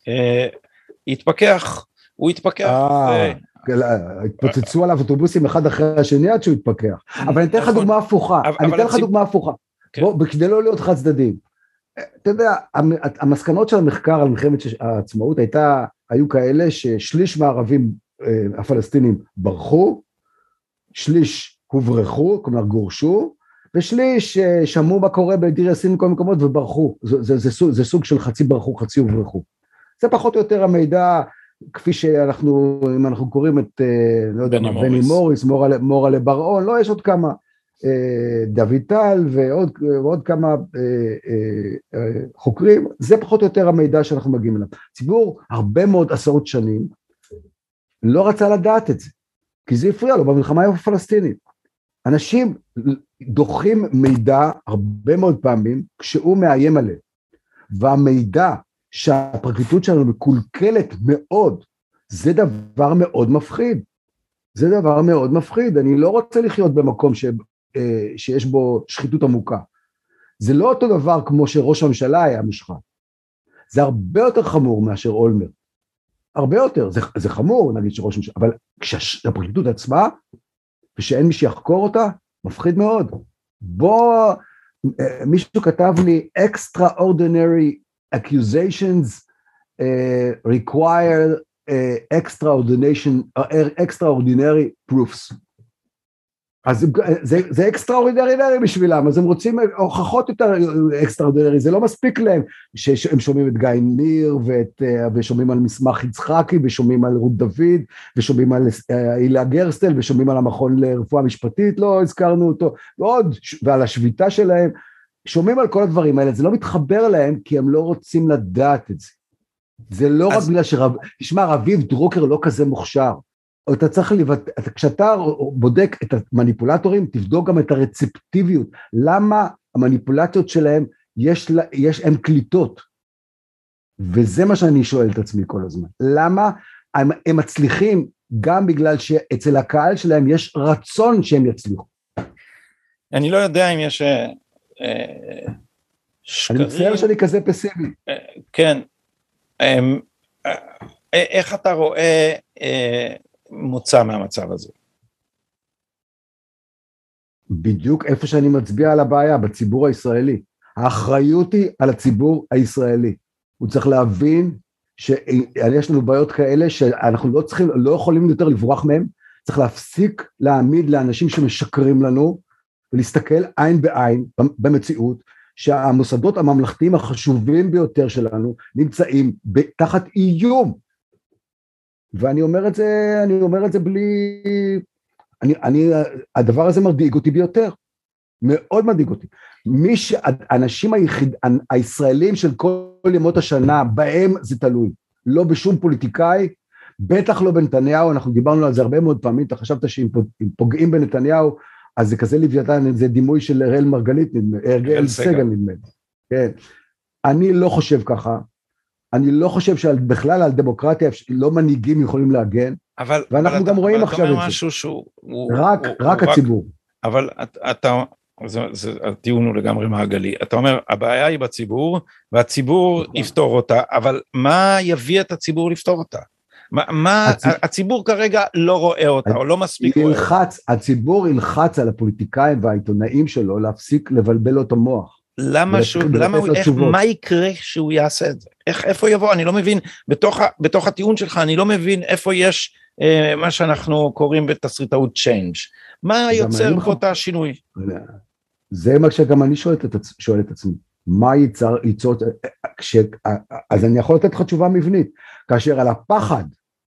התפכח, הוא התפכח. התפוצצו עליו אוטובוסים אחד אחרי השני עד שהוא התפכח, אבל אני אתן לך דוגמה הפוכה, כדי לא להיות חד צדדים. אתה יודע, המסקנות של המחקר על מלחמת העצמאות היו כאלה ששליש מהערבים הפלסטינים ברחו, שליש הוברחו, כלומר גורשו, ושליש שמעו מה קורה בדיר יאסין וכל מקומות וברחו. זה סוג של חצי ברחו, חצי הוברחו. זה פחות או יותר המידע, כפי שאנחנו, אם אנחנו קוראים את, לא יודע, בני מוריס, מורלה בר-און, לא, יש עוד כמה, דוד טל ועוד כמה חוקרים, זה פחות או יותר המידע שאנחנו מגיעים אליו. ציבור הרבה מאוד עשרות שנים לא רצה לדעת את זה, כי זה הפריע לו במלחמה עם הפלסטינים. אנשים דוחים מידע הרבה מאוד פעמים כשהוא מאיים עליהם, והמידע שהפרקליטות שלנו מקולקלת מאוד, זה דבר מאוד מפחיד. זה דבר מאוד מפחיד. אני לא רוצה לחיות במקום שיש בו שחיתות עמוקה. זה לא אותו דבר כמו שראש הממשלה היה מושחת. זה הרבה יותר חמור מאשר אולמרט. הרבה יותר. זה חמור, נגיד שראש הממשלה, אבל כשהפרקליטות עצמה, ושאין מי שיחקור אותה, מפחיד מאוד. מישהו כתב לי, extraordinary accusations require extraordinary proofs. אז זה extraordinary בשבילם, אז הם רוצים הוכחות יותר extraordinary, זה לא מספיק להם, שהם שומעים את גיא ניר, ושומעים על מסמך יצחקי, ושומעים על רות דוד, ושומעים על הילה גרסטל, ושומעים על המכון לרפואה משפטית, לא הזכרנו אותו, ועל השביתה שלהם, שומעים על כל הדברים האלה, זה לא מתחבר להם, כי הם לא רוצים לדעת את זה. זה לא רק בגלל תשמע, רביב דרוקר לא כזה מוכשר, אתה צריך כשאתה בודק את המניפולטורים, תבדוק גם את הרצפטיביות, למה המניפולציות שלהם, הם קליטות, וזה מה שאני שואל את עצמי כל הזמן, למה הם מצליחים, גם בגלל שאצל הקהל שלהם יש רצון שהם יצליחו. אני לא יודע אם יש שקרים. אני מצטער שאני כזה פסימי. כן, איך אתה רואה מוצא מהמצב הזה? בדיוק איפה שאני מצביע על הבעיה, בציבור הישראלי. האחריות היא על הציבור הישראלי. הוא צריך להבין שיש לנו בעיות כאלה שאנחנו לא יכולים יותר לברוח מהם, צריך להפסיק להעמיד לאנשים שמשקרים לנו, ולהסתכל עין בעין במציאות, שהמוסדות הממלכתיים החשובים ביותר שלנו נמצאים תחת איום. ואני אומר את זה בלי, הדבר הזה מדאיג אותי ביותר, מאוד מדאיג אותי. האנשים הישראלים של כל ימות השנה, בהם זה תלוי, לא בשום פוליטיקאי, בטח לא בנתניהו, אנחנו דיברנו על זה הרבה מאוד פעמים, אתה חשבת שאם פוגעים בנתניהו, אז זה כזה לוויתן, זה דימוי של הראל מרגלית, הראל סגל נדמה. כן. אני לא חושב ככה, אני לא חושב שבכלל על דמוקרטיה לא מנהיגים יכולים להגן, ואנחנו גם רואים עכשיו את זה. רק הציבור. אבל הטיעון הוא לגמרי מעגלי. אתה אומר, הבעיה היא בציבור, והציבור יפתור אותה, אבל מה יביא את הציבור לפתור אותה? הציבור כרגע לא רואה אותה, או לא מספיק רואה אותה. הציבור ילחץ על הפוליטיקאים והעיתונאים שלו, להפסיק לבלבל לו את המוח. מה יקרה שהוא יעשה את זה? איפה יבוא? אני לא מבין, בתוך הטיעון שלך, אני לא מבין איפה יש מה שאנחנו קוראים בתסריטאות change. מה יוצר פה את השינוי? זה מה שגם אני שואל את עצמי. מה ייצור, אז אני יכול לתת לך תשובה מבנית, כאשר על הפחד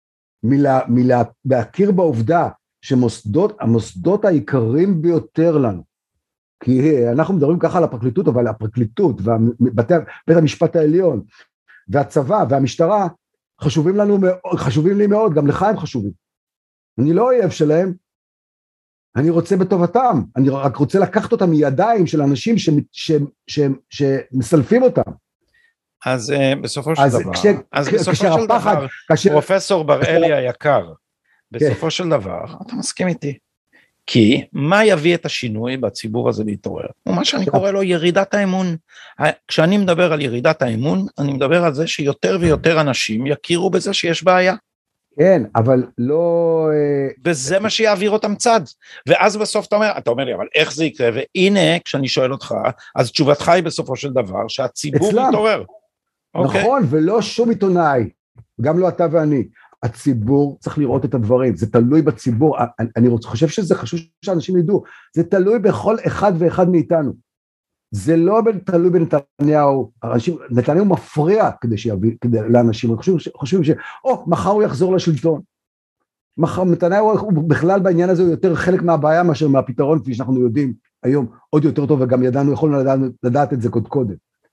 מלהכיר בעובדה שהמוסדות העיקריים ביותר לנו, כי אנחנו מדברים ככה על הפרקליטות, אבל הפרקליטות ובית המשפט העליון והצבא והמשטרה חשובים לי מאוד, גם לך הם חשובים. אני לא אוהב שלהם, אני רוצה בטובתם, אני רק רוצה לקחת אותם מידיים של אנשים שמסלפים אותם. אז בסופו של דבר, פרופסור בראלי היקר, בסופו של דבר, אתה מסכים איתי, כי מה יביא את השינוי בציבור הזה להתעורר? ומה שאני קורא לו ירידת האמון. כשאני מדבר על ירידת האמון, אני מדבר על זה שיותר ויותר אנשים יכירו בזה שיש בעיה. כן, אבל לא... וזה מה שיעביר אותם צד. ואז בסוף אתה אומר לי, אבל איך זה יקרה? והנה, כשאני שואל אותך, אז תשובתך היא בסופו של דבר, שהציבור יתעורר. נכון, ולא שום עיתונאי, גם לא אתה ואני. הציבור צריך לראות את הדברים, זה תלוי בציבור, אני חושב שזה חשוב שאנשים ידעו, זה תלוי בכל אחד ואחד מאיתנו, זה לא תלוי בנתניהו, נתניהו מפריע לאנשים, חושבים מחר הוא יחזור לשלטון, נתניהו הוא בכלל בעניין הזה הוא יותר חלק מהבעיה מאשר מהפתרון, כפי שאנחנו יודעים היום עוד יותר טוב, וגם יכולנו לדעת את זה קודם.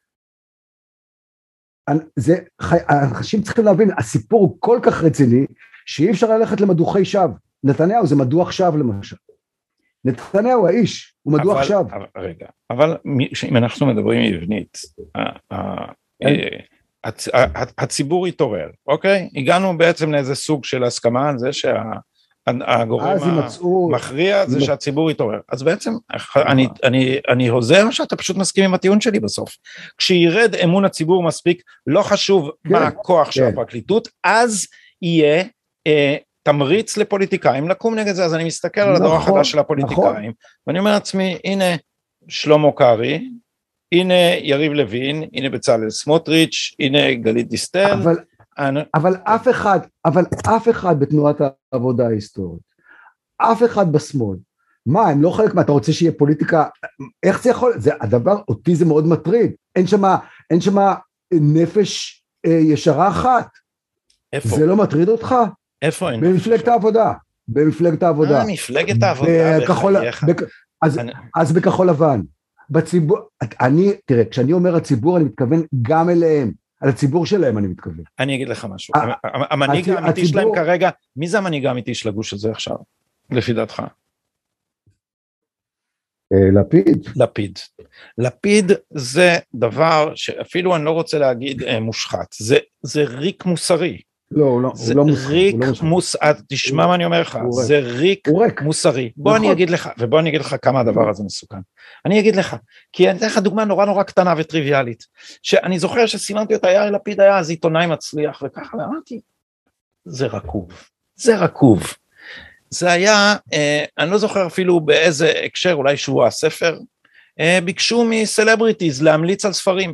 אנשים צריכים להבין, הסיפור הוא כל כך רציני, שאי אפשר ללכת למדוחי שווא. נתניהו זה מדוח שווא למשל. נתניהו האיש, הוא מדוח שווא. רגע, אבל אם אנחנו מדברים עברית, הציבור יתעורר, אוקיי? הגענו בעצם לאיזה סוג של הסכמה על זה הגורם המכריע זה שהציבור יתעורר. אז בעצם אני הוזר שאתה פשוט מסכים עם הטיעון שלי בסוף. כשירד אמון הציבור מספיק, לא חשוב מה הכוח של הפרקליטות, אז יהיה תמריץ לפוליטיקאים לקום נגד זה. אז אני מסתכל על הדור החדש של הפוליטיקאים, ואני אומר לעצמי, הנה שלמה קרעי, הנה יריב לוין, הנה בצלאל סמוטריץ', הנה גלית דיסטל, אבל אף אחד בתנועת העבודה ההיסטורית, אף אחד בשמאל, מה, הם לא חלק מה, אתה רוצה שיהיה פוליטיקה, איך זה יכול, זה הדבר, אותי זה מאוד מטריד, אין שמה נפש ישרה אחת, איפה? זה לא מטריד אותך? איפה אין? במפלגת העבודה, במפלגת העבודה. מפלגת העבודה, אז בכחול לבן, בציבור, תראה, כשאני אומר הציבור, אני מתכוון גם אליהם, על הציבור שלהם אני מתכוון. אני אגיד לך משהו, המנהיג האמיתי שלהם כרגע, מי זה המנהיג האמיתי של הגוש הזה עכשיו, לפי דעתך? לפיד זה דבר שאפילו אני לא רוצה להגיד מושחת, זה ריק מוסרי. לא, זה ריק מוסרי, תשמע מה אני אומר לך, זה ריק מוסרי. בוא אני אגיד לך, ובוא אני אגיד לך כמה הדבר הזה מסוכן. אני אגיד לך, כי אני אתן לך דוגמה נורא קטנה וטריוויאלית, שאני זוכר שסימנתי אותה, יאיר לפיד היה אז עיתונאי מצליח, וככה ואמרתי, זה רקוב. זה היה, אני לא זוכר אפילו באיזה הקשר, אולי שהוא הספר, ביקשו מסלבריטיז להמליץ על ספרים,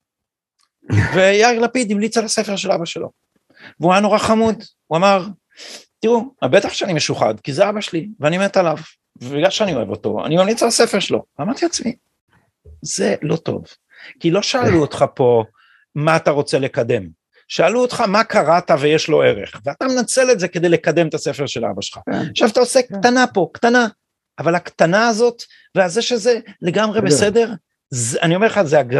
ויאיר לפיד המליץ על הספר של אבא שלו, והוא היה נורא חמוד, הוא אמר, תראו, בטח שאני משוחד, כי זה אבא שלי, ואני מת עליו, ובגלל שאני אוהב אותו, אני ממליץ על הספר שלו, ואמרתי לעצמי, זה לא טוב, כי לא שאלו אותך פה, מה אתה רוצה לקדם, שאלו אותך מה קראת ויש לו ערך, ואתה מנצל את זה כדי לקדם את הספר של אבא שלך, עכשיו אתה עושה קטנה פה, קטנה, אבל הקטנה הזאת, והזה שזה לגמרי בסדר, אני אומר לך,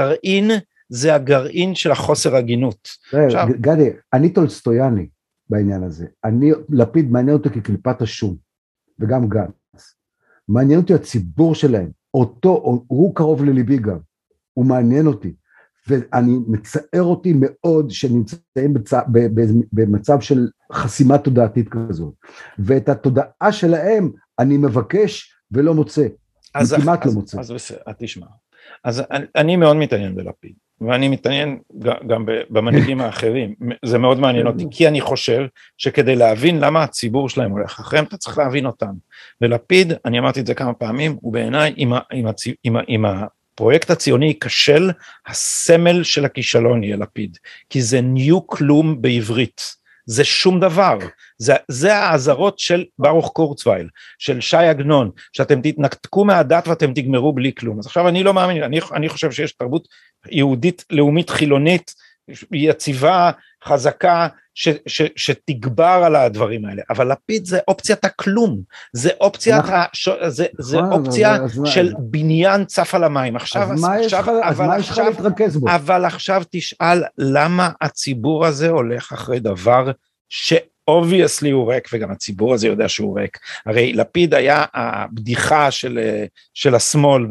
זה הגרעין של החוסר הגינות. גדי, אני טולסטויאני בעניין הזה, לפיד מעניין אותי כקליפת השום, וגם גנץ, מעניין אותי הציבור שלהם, הוא קרוב לליבי גם, הוא מעניין אותי, ואני מצער אותי מאוד שנמצאים במצב של חסימה תודעתית כזאת, ואת התודעה שלהם אני מבקש ולא מוצא, כמעט לא מוצא. אז בסדר, תשמע, אז אני מאוד מתעניין בלפיד, ואני מתעניין גם במנהיגים האחרים, זה מאוד מעניין אותי, כי אני חושב שכדי להבין למה הציבור שלהם הולך אחריהם, אתה צריך להבין אותם, ולפיד, אני אמרתי את זה כמה פעמים, הוא בעיניי עם הפרויקט הציוני ייכשל, הסמל של הכישלון יהיה לפיד, כי זה ניו כלום בעברית, זה שום דבר, זה העזרות של ברוך קורצווייל, של שי עגנון, שאתם תתנתקו מהדת ואתם תגמרו בלי כלום. אז עכשיו אני לא מאמין, אני חושב שיש תרבות יהודית לאומית חילונית, יציבה, חזקה, שתגבר על הדברים האלה, אבל לפיד זה אופציית הכלום, זה אופציית, זה אופציה של בניין צף על המים. אבל עכשיו תשאל, למה הציבור הזה הולך אחרי דבר obviously הוא ריק, וגם הציבור הזה יודע שהוא ריק. הרי לפיד היה הבדיחה של השמאל,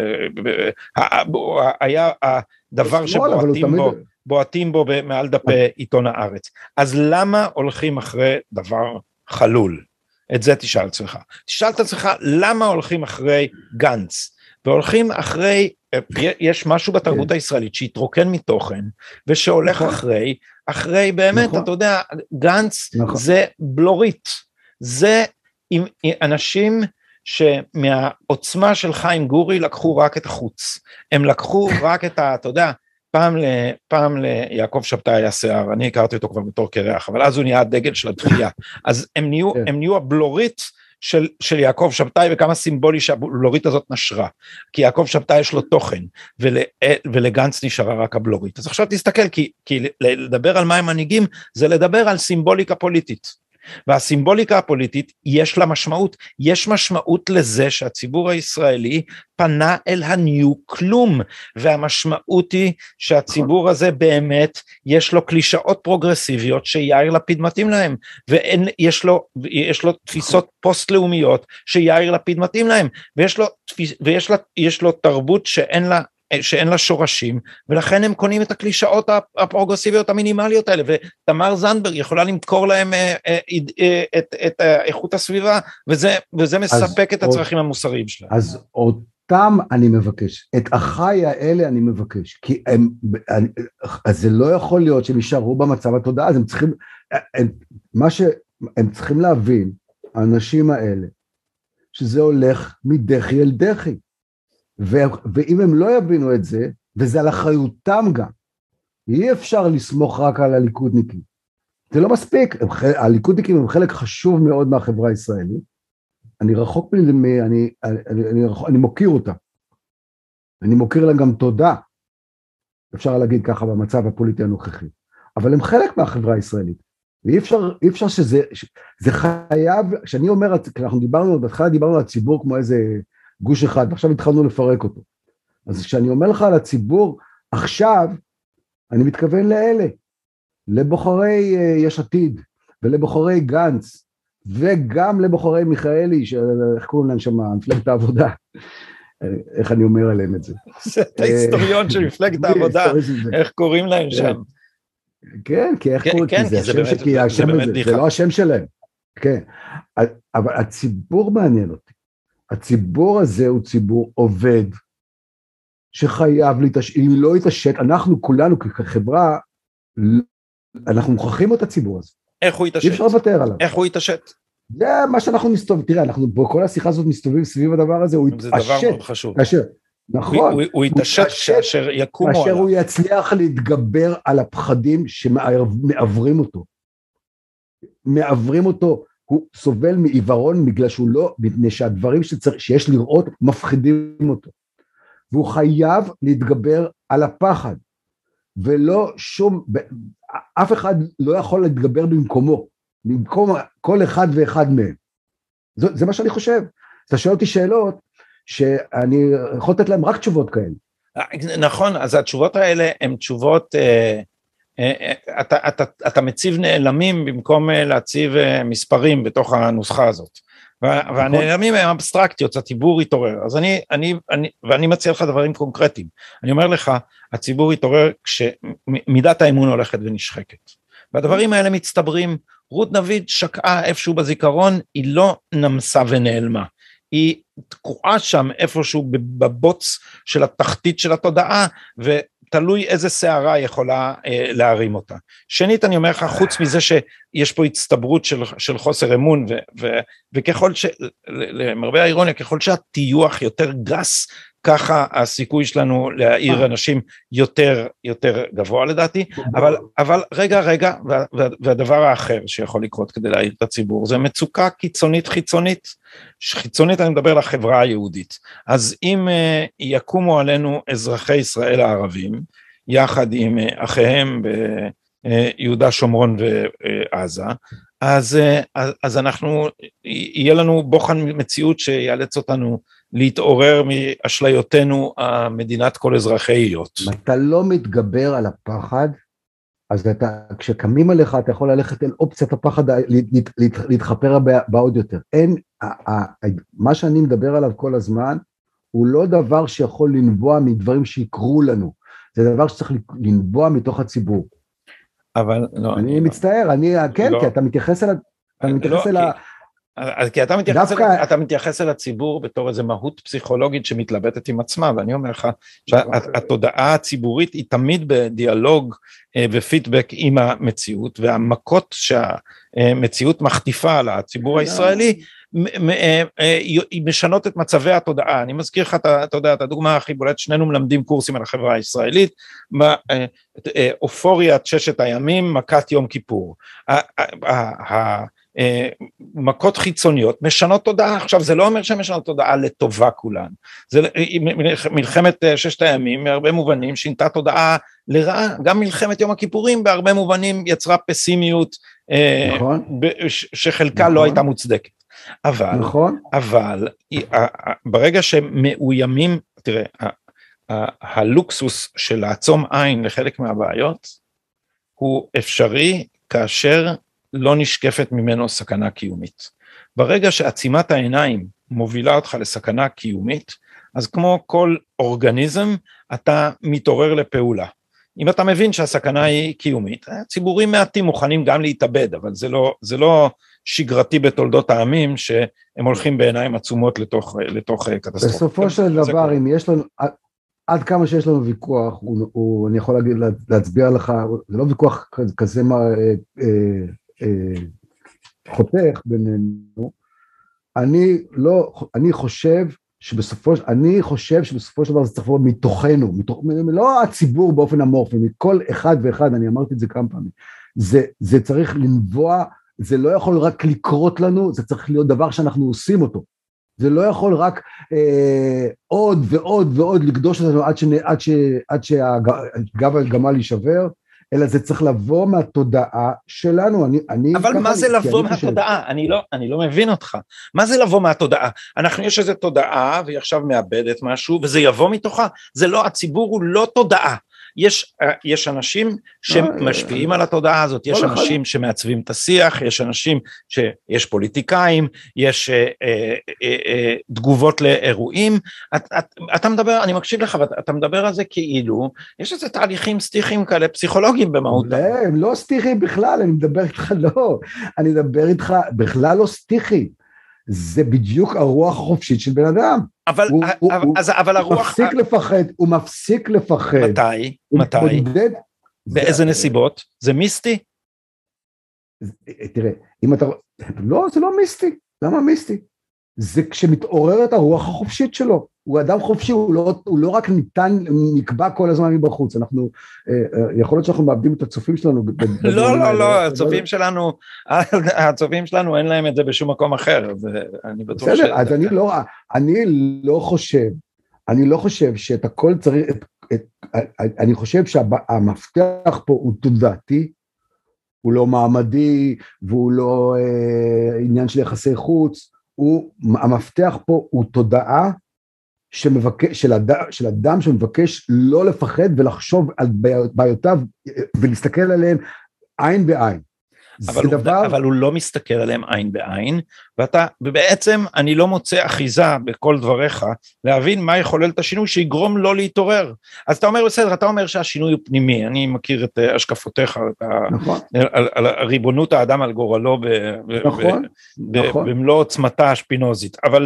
היה הדבר שבועטים בו מעל דפי עיתון הארץ. אז למה הולכים אחרי דבר חלול? את זה תשאל עצמך. תשאל את עצמך למה הולכים אחרי גנץ, והולכים אחרי, יש משהו בתרבות הישראלית שהתרוקן מתוכן, ושהולך אחרי באמת, אתה יודע, גנץ זה בלורית, זה אנשים שמהעוצמה של חיים גורי לקחו רק את החוץ, הם לקחו רק את אתה יודע, פעם ליעקב שבתאי היה שיער, אני הכרתי אותו כבר בתור קרח, אבל אז הוא נהיה הדגל של הדחייה, אז הם נהיו הבלורית של יעקב שבתאי, וכמה סימבולי שהבלורית הזאת נשרה, כי יעקב שבתאי יש לו תוכן, ולגנץ נשארה רק הבלורית. אז עכשיו תסתכל, כי לדבר על מה הם מנהיגים, זה לדבר על סימבוליקה פוליטית, והסימבוליקה הפוליטית יש לה משמעות, יש משמעות לזה שהציבור הישראלי פנה אל הניו כלום, והמשמעות היא שהציבור הזה באמת יש לו קלישאות פרוגרסיביות שיאיר לפיד מתאים להם, ויש לו תפיסות פוסט-לאומיות שיאיר לפיד מתאים להם, ויש לו תרבות שאין לה שורשים, ולכן הם קונים את הקלישאות הפרוגרסיביות המינימליות האלה, ותמר זנדברג יכולה למכור להם את איכות הסביבה, וזה מספק את הצרכים המוסריים שלהם. אז אותם אני מבקש, את אחי האלה אני מבקש, כי אז זה לא יכול להיות שהם יישארו במצב התודעה, אז הם צריכים להבין, האנשים האלה, שזה הולך מדחי אל דחי, ואם הם לא יבינו את זה, וזה על אחריותם גם, אי אפשר לסמוך רק על הליכודניקים, זה לא מספיק, הליכודניקים הם חלק חשוב מאוד מהחברה הישראלית, אני רחוק אני מוקיר אותם, אני מוקיר להם גם תודה, אפשר להגיד ככה במצב הפוליטי הנוכחי, אבל הם חלק מהחברה הישראלית, ואי אפשר שזה חייב, כשאני אומר, בהתחלה דיברנו על הציבור כמו איזה גוש אחד, ועכשיו התחלנו לפרק אותו. אז כשאני אומר לך על הציבור, עכשיו, אני מתכוון לאלה, לבוחרי יש עתיד, ולבוחרי גנץ, וגם לבוחרי מיכאלי, איך קוראים להם שם, מפלגת העבודה, איך אני אומר עליהם את זה? זה ההיסטוריון של מפלגת העבודה, איך קוראים להם שם? כן, כי איך קוראים, כי זה לא השם שלהם, כן, אבל הציבור מעניין אותי, הציבור הזה הוא ציבור עובד, שחייב להתעשת, אם לא יתעשת, אנחנו כולנו כחברה, אנחנו מוכרחים את הציבור הזה. איך הוא יתעשת? אי אפשר לוותר עליו. איך הוא יתעשת? זה מה שאנחנו מסתובבים, תראה, אנחנו בכל השיחה הזאת מסתובבים סביב הדבר הזה, הוא יתעשת. זה דבר מאוד חשוב. נכון. הוא יתעשת כאשר יקומו עליו. כאשר הוא יצליח להתגבר על הפחדים שמעברים אותו. מעברים אותו. הוא סובל מעיוורון בגלל שהוא לא, מפני שהדברים שיש לראות מפחידים אותו. והוא חייב להתגבר על הפחד, ולא אף אחד לא יכול להתגבר במקום כל אחד ואחד מהם. זה מה שאני חושב. אתה שואל אותי שאלות, שאני יכול לתת להם רק תשובות כאלה. נכון, אז התשובות האלה הן תשובות, אתה מציב נעלמים במקום להציב מספרים בתוך הנוסחה הזאת, והנעלמים הם אבסטרקטיות, הציבור יתעורר, אז ואני מציע לך דברים קונקרטיים, אני אומר לך, הציבור יתעורר כשמידת האמון הולכת ונשחקת, והדברים האלה מצטברים, רות נביד שקעה איפשהו בזיכרון, היא לא נמסה ונעלמה, היא תקועה שם איפשהו בבוץ של התחתית של התודעה, ותלוי איזה שערה יכולה להרים אותה. שנית, אני אומר לך, חוץ מזה שיש פה הצטברות של חוסר אמון, וככל למרבה האירוניה, ככל שהטיוח יותר גס, ככה הסיכוי שלנו להעיר אנשים יותר גבוה לדעתי, אבל רגע, והדבר האחר שיכול לקרות כדי להעיר את הציבור, זה מצוקה קיצונית חיצונית, חיצונית אני מדבר לחברה היהודית, אז אם יקומו עלינו אזרחי ישראל הערבים, יחד עם אחיהם ביהודה שומרון ועזה, אז אנחנו, יהיה לנו בוחן מציאות שיאלץ אותנו להתעורר מאשליותינו המדינת כל אזרחי היות. אם אתה לא מתגבר על הפחד, אז כשקמים עליך אתה יכול ללכת אל אופציית הפחד, להתחפר בה עוד יותר. מה שאני מדבר עליו כל הזמן, הוא לא דבר שיכול לנבוע מדברים שיקרו לנו, זה דבר שצריך לנבוע מתוך הציבור. אבל לא. אני מצטער, כן, כי אתה מתייחס אל כי אתה מתייחס אל הציבור בתור איזו מהות פסיכולוגית שמתלבטת עם עצמה, ואני אומר לך שהתודעה הציבורית היא תמיד בדיאלוג ופידבק עם המציאות, והמכות שהמציאות מחטיפה על הציבור הישראלי, משנות את מצבי התודעה. אני מזכיר לך, אתה יודע, את הדוגמה הכי בולט, שנינו מלמדים קורסים על החברה הישראלית, אופוריית ששת הימים, מכת יום כיפור. מכות חיצוניות משנות תודעה. עכשיו זה לא אומר שהן משנות תודעה לטובה כולן, זה מלחמת ששת הימים בהרבה מובנים שינתה תודעה לרעה, גם מלחמת יום הכיפורים בהרבה מובנים יצרה פסימיות, נכון. שחלקה נכון. לא הייתה מוצדקת, אבל, נכון. אבל ברגע שמאוימים, תראה, הלוקסוס של לעצום עין לחלק מהבעיות הוא אפשרי כאשר לא נשקפת ממנו סכנה קיומית. ברגע שעצימת העיניים מובילה אותך לסכנה קיומית, אז כמו כל אורגניזם, אתה מתעורר לפעולה. אם אתה מבין שהסכנה היא קיומית, ציבורים מעטים מוכנים גם להתאבד, אבל זה לא שגרתי בתולדות העמים, שהם הולכים בעיניים עצומות לתוך קטסטרופה. בסופו של דבר, אם יש לנו, עד כמה שיש לנו ויכוח, אני יכול להצביע לך, זה לא ויכוח כזה חותך בינינו, אני חושב שבסופו של דבר זה צריך לבוא מתוכנו, לא הציבור באופן אמורפי, מכל אחד ואחד, אני אמרתי את זה כמה פעמים, זה צריך לנבוע, זה לא יכול רק לקרות לנו, זה צריך להיות דבר שאנחנו עושים אותו, זה לא יכול רק עוד ועוד ועוד לקדוש אותנו עד שהגב הגמל יישבר, אלא זה צריך לבוא מהתודעה שלנו. אבל מה זה לבוא מהתודעה? אני לא מבין אותך. מה זה לבוא מהתודעה? יש איזו תודעה, והיא עכשיו מאבדת משהו, וזה יבוא מתוכה. זה לא, הציבור הוא לא תודעה. יש אנשים שמשפיעים על התודעה הזאת, יש אנשים שמעצבים את השיח, יש אנשים שיש פוליטיקאים, יש תגובות לאירועים, אתה מדבר, אני מקשיב לך, אתה מדבר על זה כאילו, יש איזה תהליכים סטיחים כאלה, פסיכולוגיים במהותם. הם לא סטיחים בכלל, אני מדבר איתך בכלל לא סטיחים, זה בדיוק הרוח החופשית של בן אדם. אבל הרוח... הוא מפסיק לפחד. מתי? באיזה נסיבות? זה מיסטי? תראה, לא, זה לא מיסטי. למה מיסטי? זה כשמתעוררת הרוח החופשית שלו. הוא אדם חופשי, הוא לא רק נקבע כל הזמן מבחוץ. יכול להיות שאנחנו מאבדים את הצופים שלנו. לא, הצופים שלנו אין להם את זה בשום מקום אחר. בסדר, אז אני לא חושב שאת הכל צריך, אני חושב שהמפתח פה הוא תודעתי, הוא לא מעמדי, והוא לא עניין של יחסי חוץ, המפתח פה הוא תודעה, של אדם שמבקש לא לפחד ולחשוב על בעיותיו ולהסתכל עליהם עין בעין. אבל הוא לא מסתכל עליהם עין בעין, ובעצם אני לא מוצא אחיזה בכל דבריך, להבין מה יחולל את השינוי שיגרום לא להתעורר. אז אתה אומר בסדר, אתה אומר שהשינוי הוא פנימי, אני מכיר את השקפותיך, על ריבונות האדם על גורלו, במלוא עוצמתה השפינוזית, אבל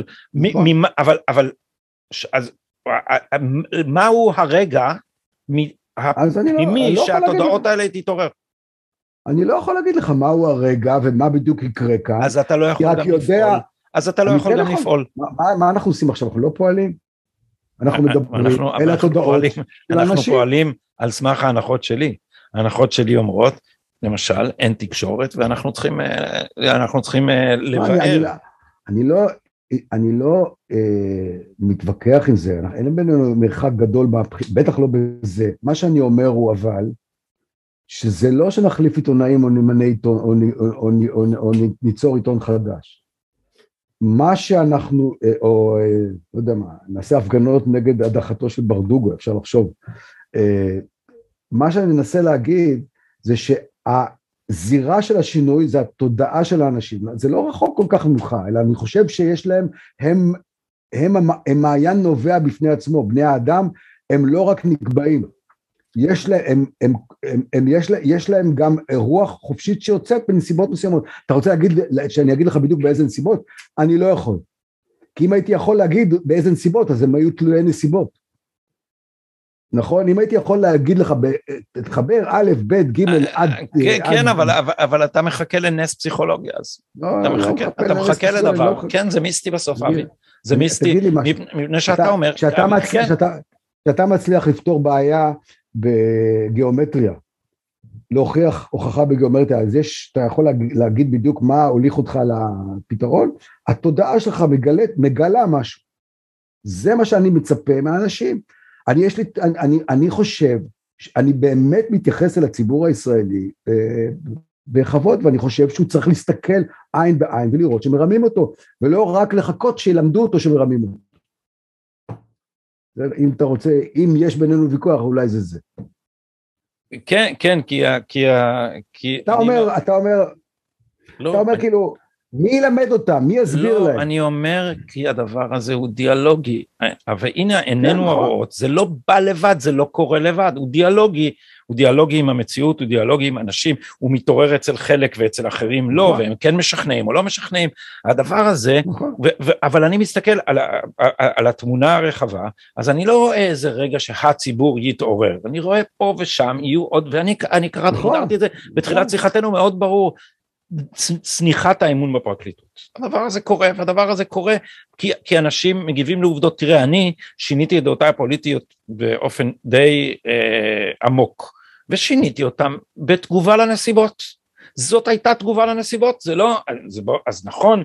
אז מהו הרגע הפנימי שהתודעות האלה תתעורר? אני לא יכול להגיד לך מהו הרגע ומה בדיוק יקרה כאן. אז אתה לא יכול גם לפעול. אז אתה לא יכול גם לפעול. מה אנחנו עושים עכשיו? אנחנו לא פועלים? אנחנו מדברים אל התודעות של אנשים. אנחנו פועלים על סמך ההנחות שלי. ההנחות שלי אומרות, למשל, אין תקשורת, ואנחנו צריכים לבאר. אני לא מתווכח עם זה, אין בינינו מרחק גדול, בטח לא בזה. מה שאני אומר הוא אבל, שזה לא שנחליף עיתונאים או נמנה עיתון, או ניצור עיתון חדש. מה שאנחנו, או לא יודע מה, נעשה הפגנות נגד הדחתו של ברדוגו, אפשר לחשוב. מה שאני מנסה להגיד, זה שהזירה של השינוי, זה התודעה של האנשים. זה לא רחוק כל כך ממך, אלא אני חושב שיש להם, הם מעיין נובע בפני עצמו, בני האדם, הם לא רק נקבעים. יש להם גם רוח חופשית שיוצאת בנסיבות מסוימות. אתה רוצה שאני אגיד לך בדיוק באיזה נסיבות? אני לא יכול. כי אם הייתי יכול להגיד באיזה נסיבות, אז הם היו תלויי נסיבות. נכון? אם הייתי יכול להגיד לך, תחבר א', ב', ג', עד... כן, אבל אתה מחכה לנס פסיכולוגיה, אז אתה מחכה לדבר, כן, זה מיסטי בסוף, אבי, זה מיסטי, מפני שאתה אומר... כשאתה מצליח לפתור בעיה בגיאומטריה, להוכיח הוכחה בגיאומטריה, אז אתה יכול להגיד בדיוק מה הוליך אותך לפתרון, התודעה שלך מגלה משהו. זה מה שאני מצפה מהאנשים. אני חושב, אני באמת מתייחס אל הציבור הישראלי בכבוד, ואני חושב שהוא צריך להסתכל עין בעין ולראות שמרמים אותו, ולא רק לחכות שילמדו אותו שמרמים אותו. אם אתה רוצה, אם יש בינינו ויכוח, אולי זה. כן, כן, כי... אתה אומר כאילו, מי ילמד אותם? מי יסביר להם? לא, אני אומר כי הדבר הזה הוא דיאלוגי, אבל הנה עינינו הרואות, זה לא בא לבד, זה לא קורה לבד, הוא דיאלוגי, הוא דיאלוגי עם המציאות, הוא דיאלוגי עם אנשים, הוא מתעורר אצל חלק ואצל אחרים לא, והם כן משכנעים או לא משכנעים, הדבר הזה, אבל אני מסתכל על התמונה הרחבה, אז אני לא רואה איזה רגע שהציבור יתעורר, אני רואה פה ושם יהיו עוד, ואני קראתי את זה בתחילת שיחתנו מאוד ברור, צניחת האמון בפרקליטות. הדבר הזה קורה, והדבר הזה קורה כי אנשים מגיבים לעובדות. תראה, אני שיניתי את דעותיי הפוליטיות באופן די עמוק, ושיניתי אותם בתגובה לנסיבות. זאת הייתה תגובה לנסיבות, אז נכון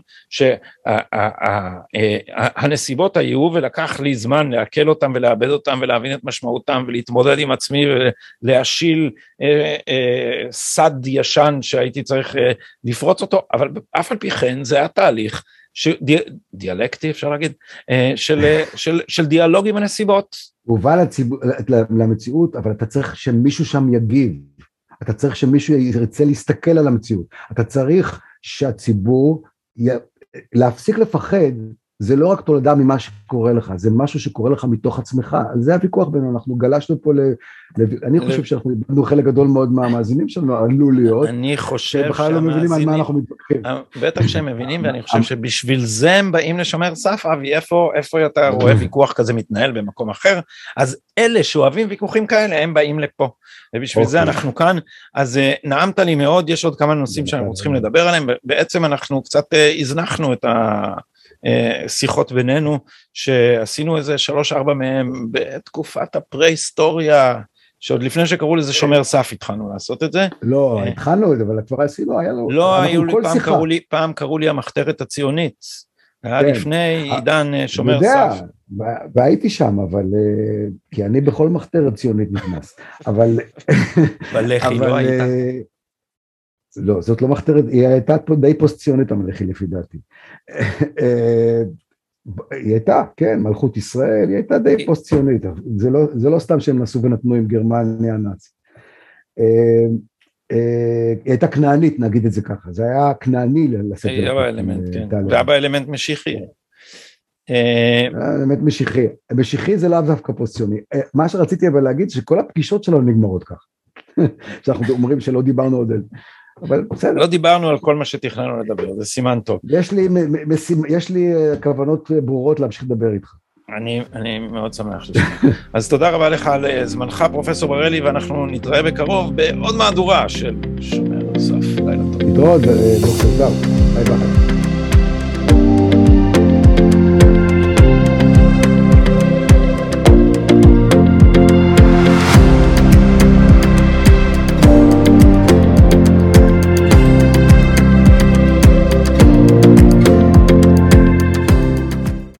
שהנסיבות היו ולקח לי זמן להקל אותם ולאבד אותם ולהבין את משמעותם ולהתמודד עם עצמי ולהשיל סד ישן שהייתי צריך לפרוץ אותו, אבל אף על פי כן זה היה תהליך דיאלקטי אפשר להגיד, של דיאלוג עם הנסיבות. הוא בא למציאות, אבל אתה צריך שמישהו שם יגיב. אתה צריך שמישהו ירצה להסתכל על המציאות, אתה צריך שהציבור להפסיק לפחד, זה לא רק תולדה ממה שקורה לך, זה משהו שקורה לך מתוך עצמך, זה הוויכוח בינינו, אנחנו גלשנו פה, אני חושב שאנחנו איבדנו חלק גדול מאוד מהמאזינים שלנו, עלו להיות, אני חושב בכלל לא מבינים על מה אנחנו מתווכחים. בטח שהם מבינים, ואני חושב שבשביל זה הם באים לשומר סף, אבי, איפה אתה רואה ויכוח כזה מתנהל במקום אחר, אז אלה שאוהבים ויכוחים כאלה, הם באים לפה, ובשביל זה אנחנו כאן, אז נעמת לי מאוד, יש עוד כמה נושאים שאנחנו צריכים לדבר עליהם, בעצם אנחנו קצת הזנחנו את שיחות בינינו, שעשינו איזה 3-4 מהם בתקופת הפרה-היסטוריה, שעוד לפני שקראו לזה שומר סף התחלנו לעשות את זה. לא, התחלנו את זה, אבל כבר עשינו, היה לו... לא, פעם קראו לי המחתרת הציונית, היה לפני עידן שומר סף. והייתי שם, אבל, כי אני בכל מחתרת ציונית נכנס, אבל... בלחי לא היית. לא, זאת לא מחתרת, היא הייתה די פוסט-ציונית המלכי לפי דעתי. היא הייתה, כן, מלכות ישראל, היא הייתה די פוסט-ציונית, זה לא סתם שהם נסו ונתנו עם גרמניה הנאצית. היא הייתה כנענית, נגיד את זה ככה, זה היה כנעני לסדר. היה באלמנט, כן, והיה באלמנט משיחי. אלמנט משיחי, משיחי זה לאו דווקא פוסט-ציוני. מה שרציתי אבל להגיד, שכל הפגישות שלנו נגמרות כך, שאנחנו אומרים שלא דיברנו עוד על... אבל בסדר. לא דיברנו על כל מה שתכננו לדבר, זה סימן טוב. יש לי כוונות ברורות להמשיך לדבר איתך. אני מאוד שמח לשמוע. אז תודה רבה לך על זמנך, פרופסור ברלי, ואנחנו נתראה בקרוב בעוד מהדורה של שומר סף. לילה טוב. נתראות, דוקטור דאו. ביי ביי.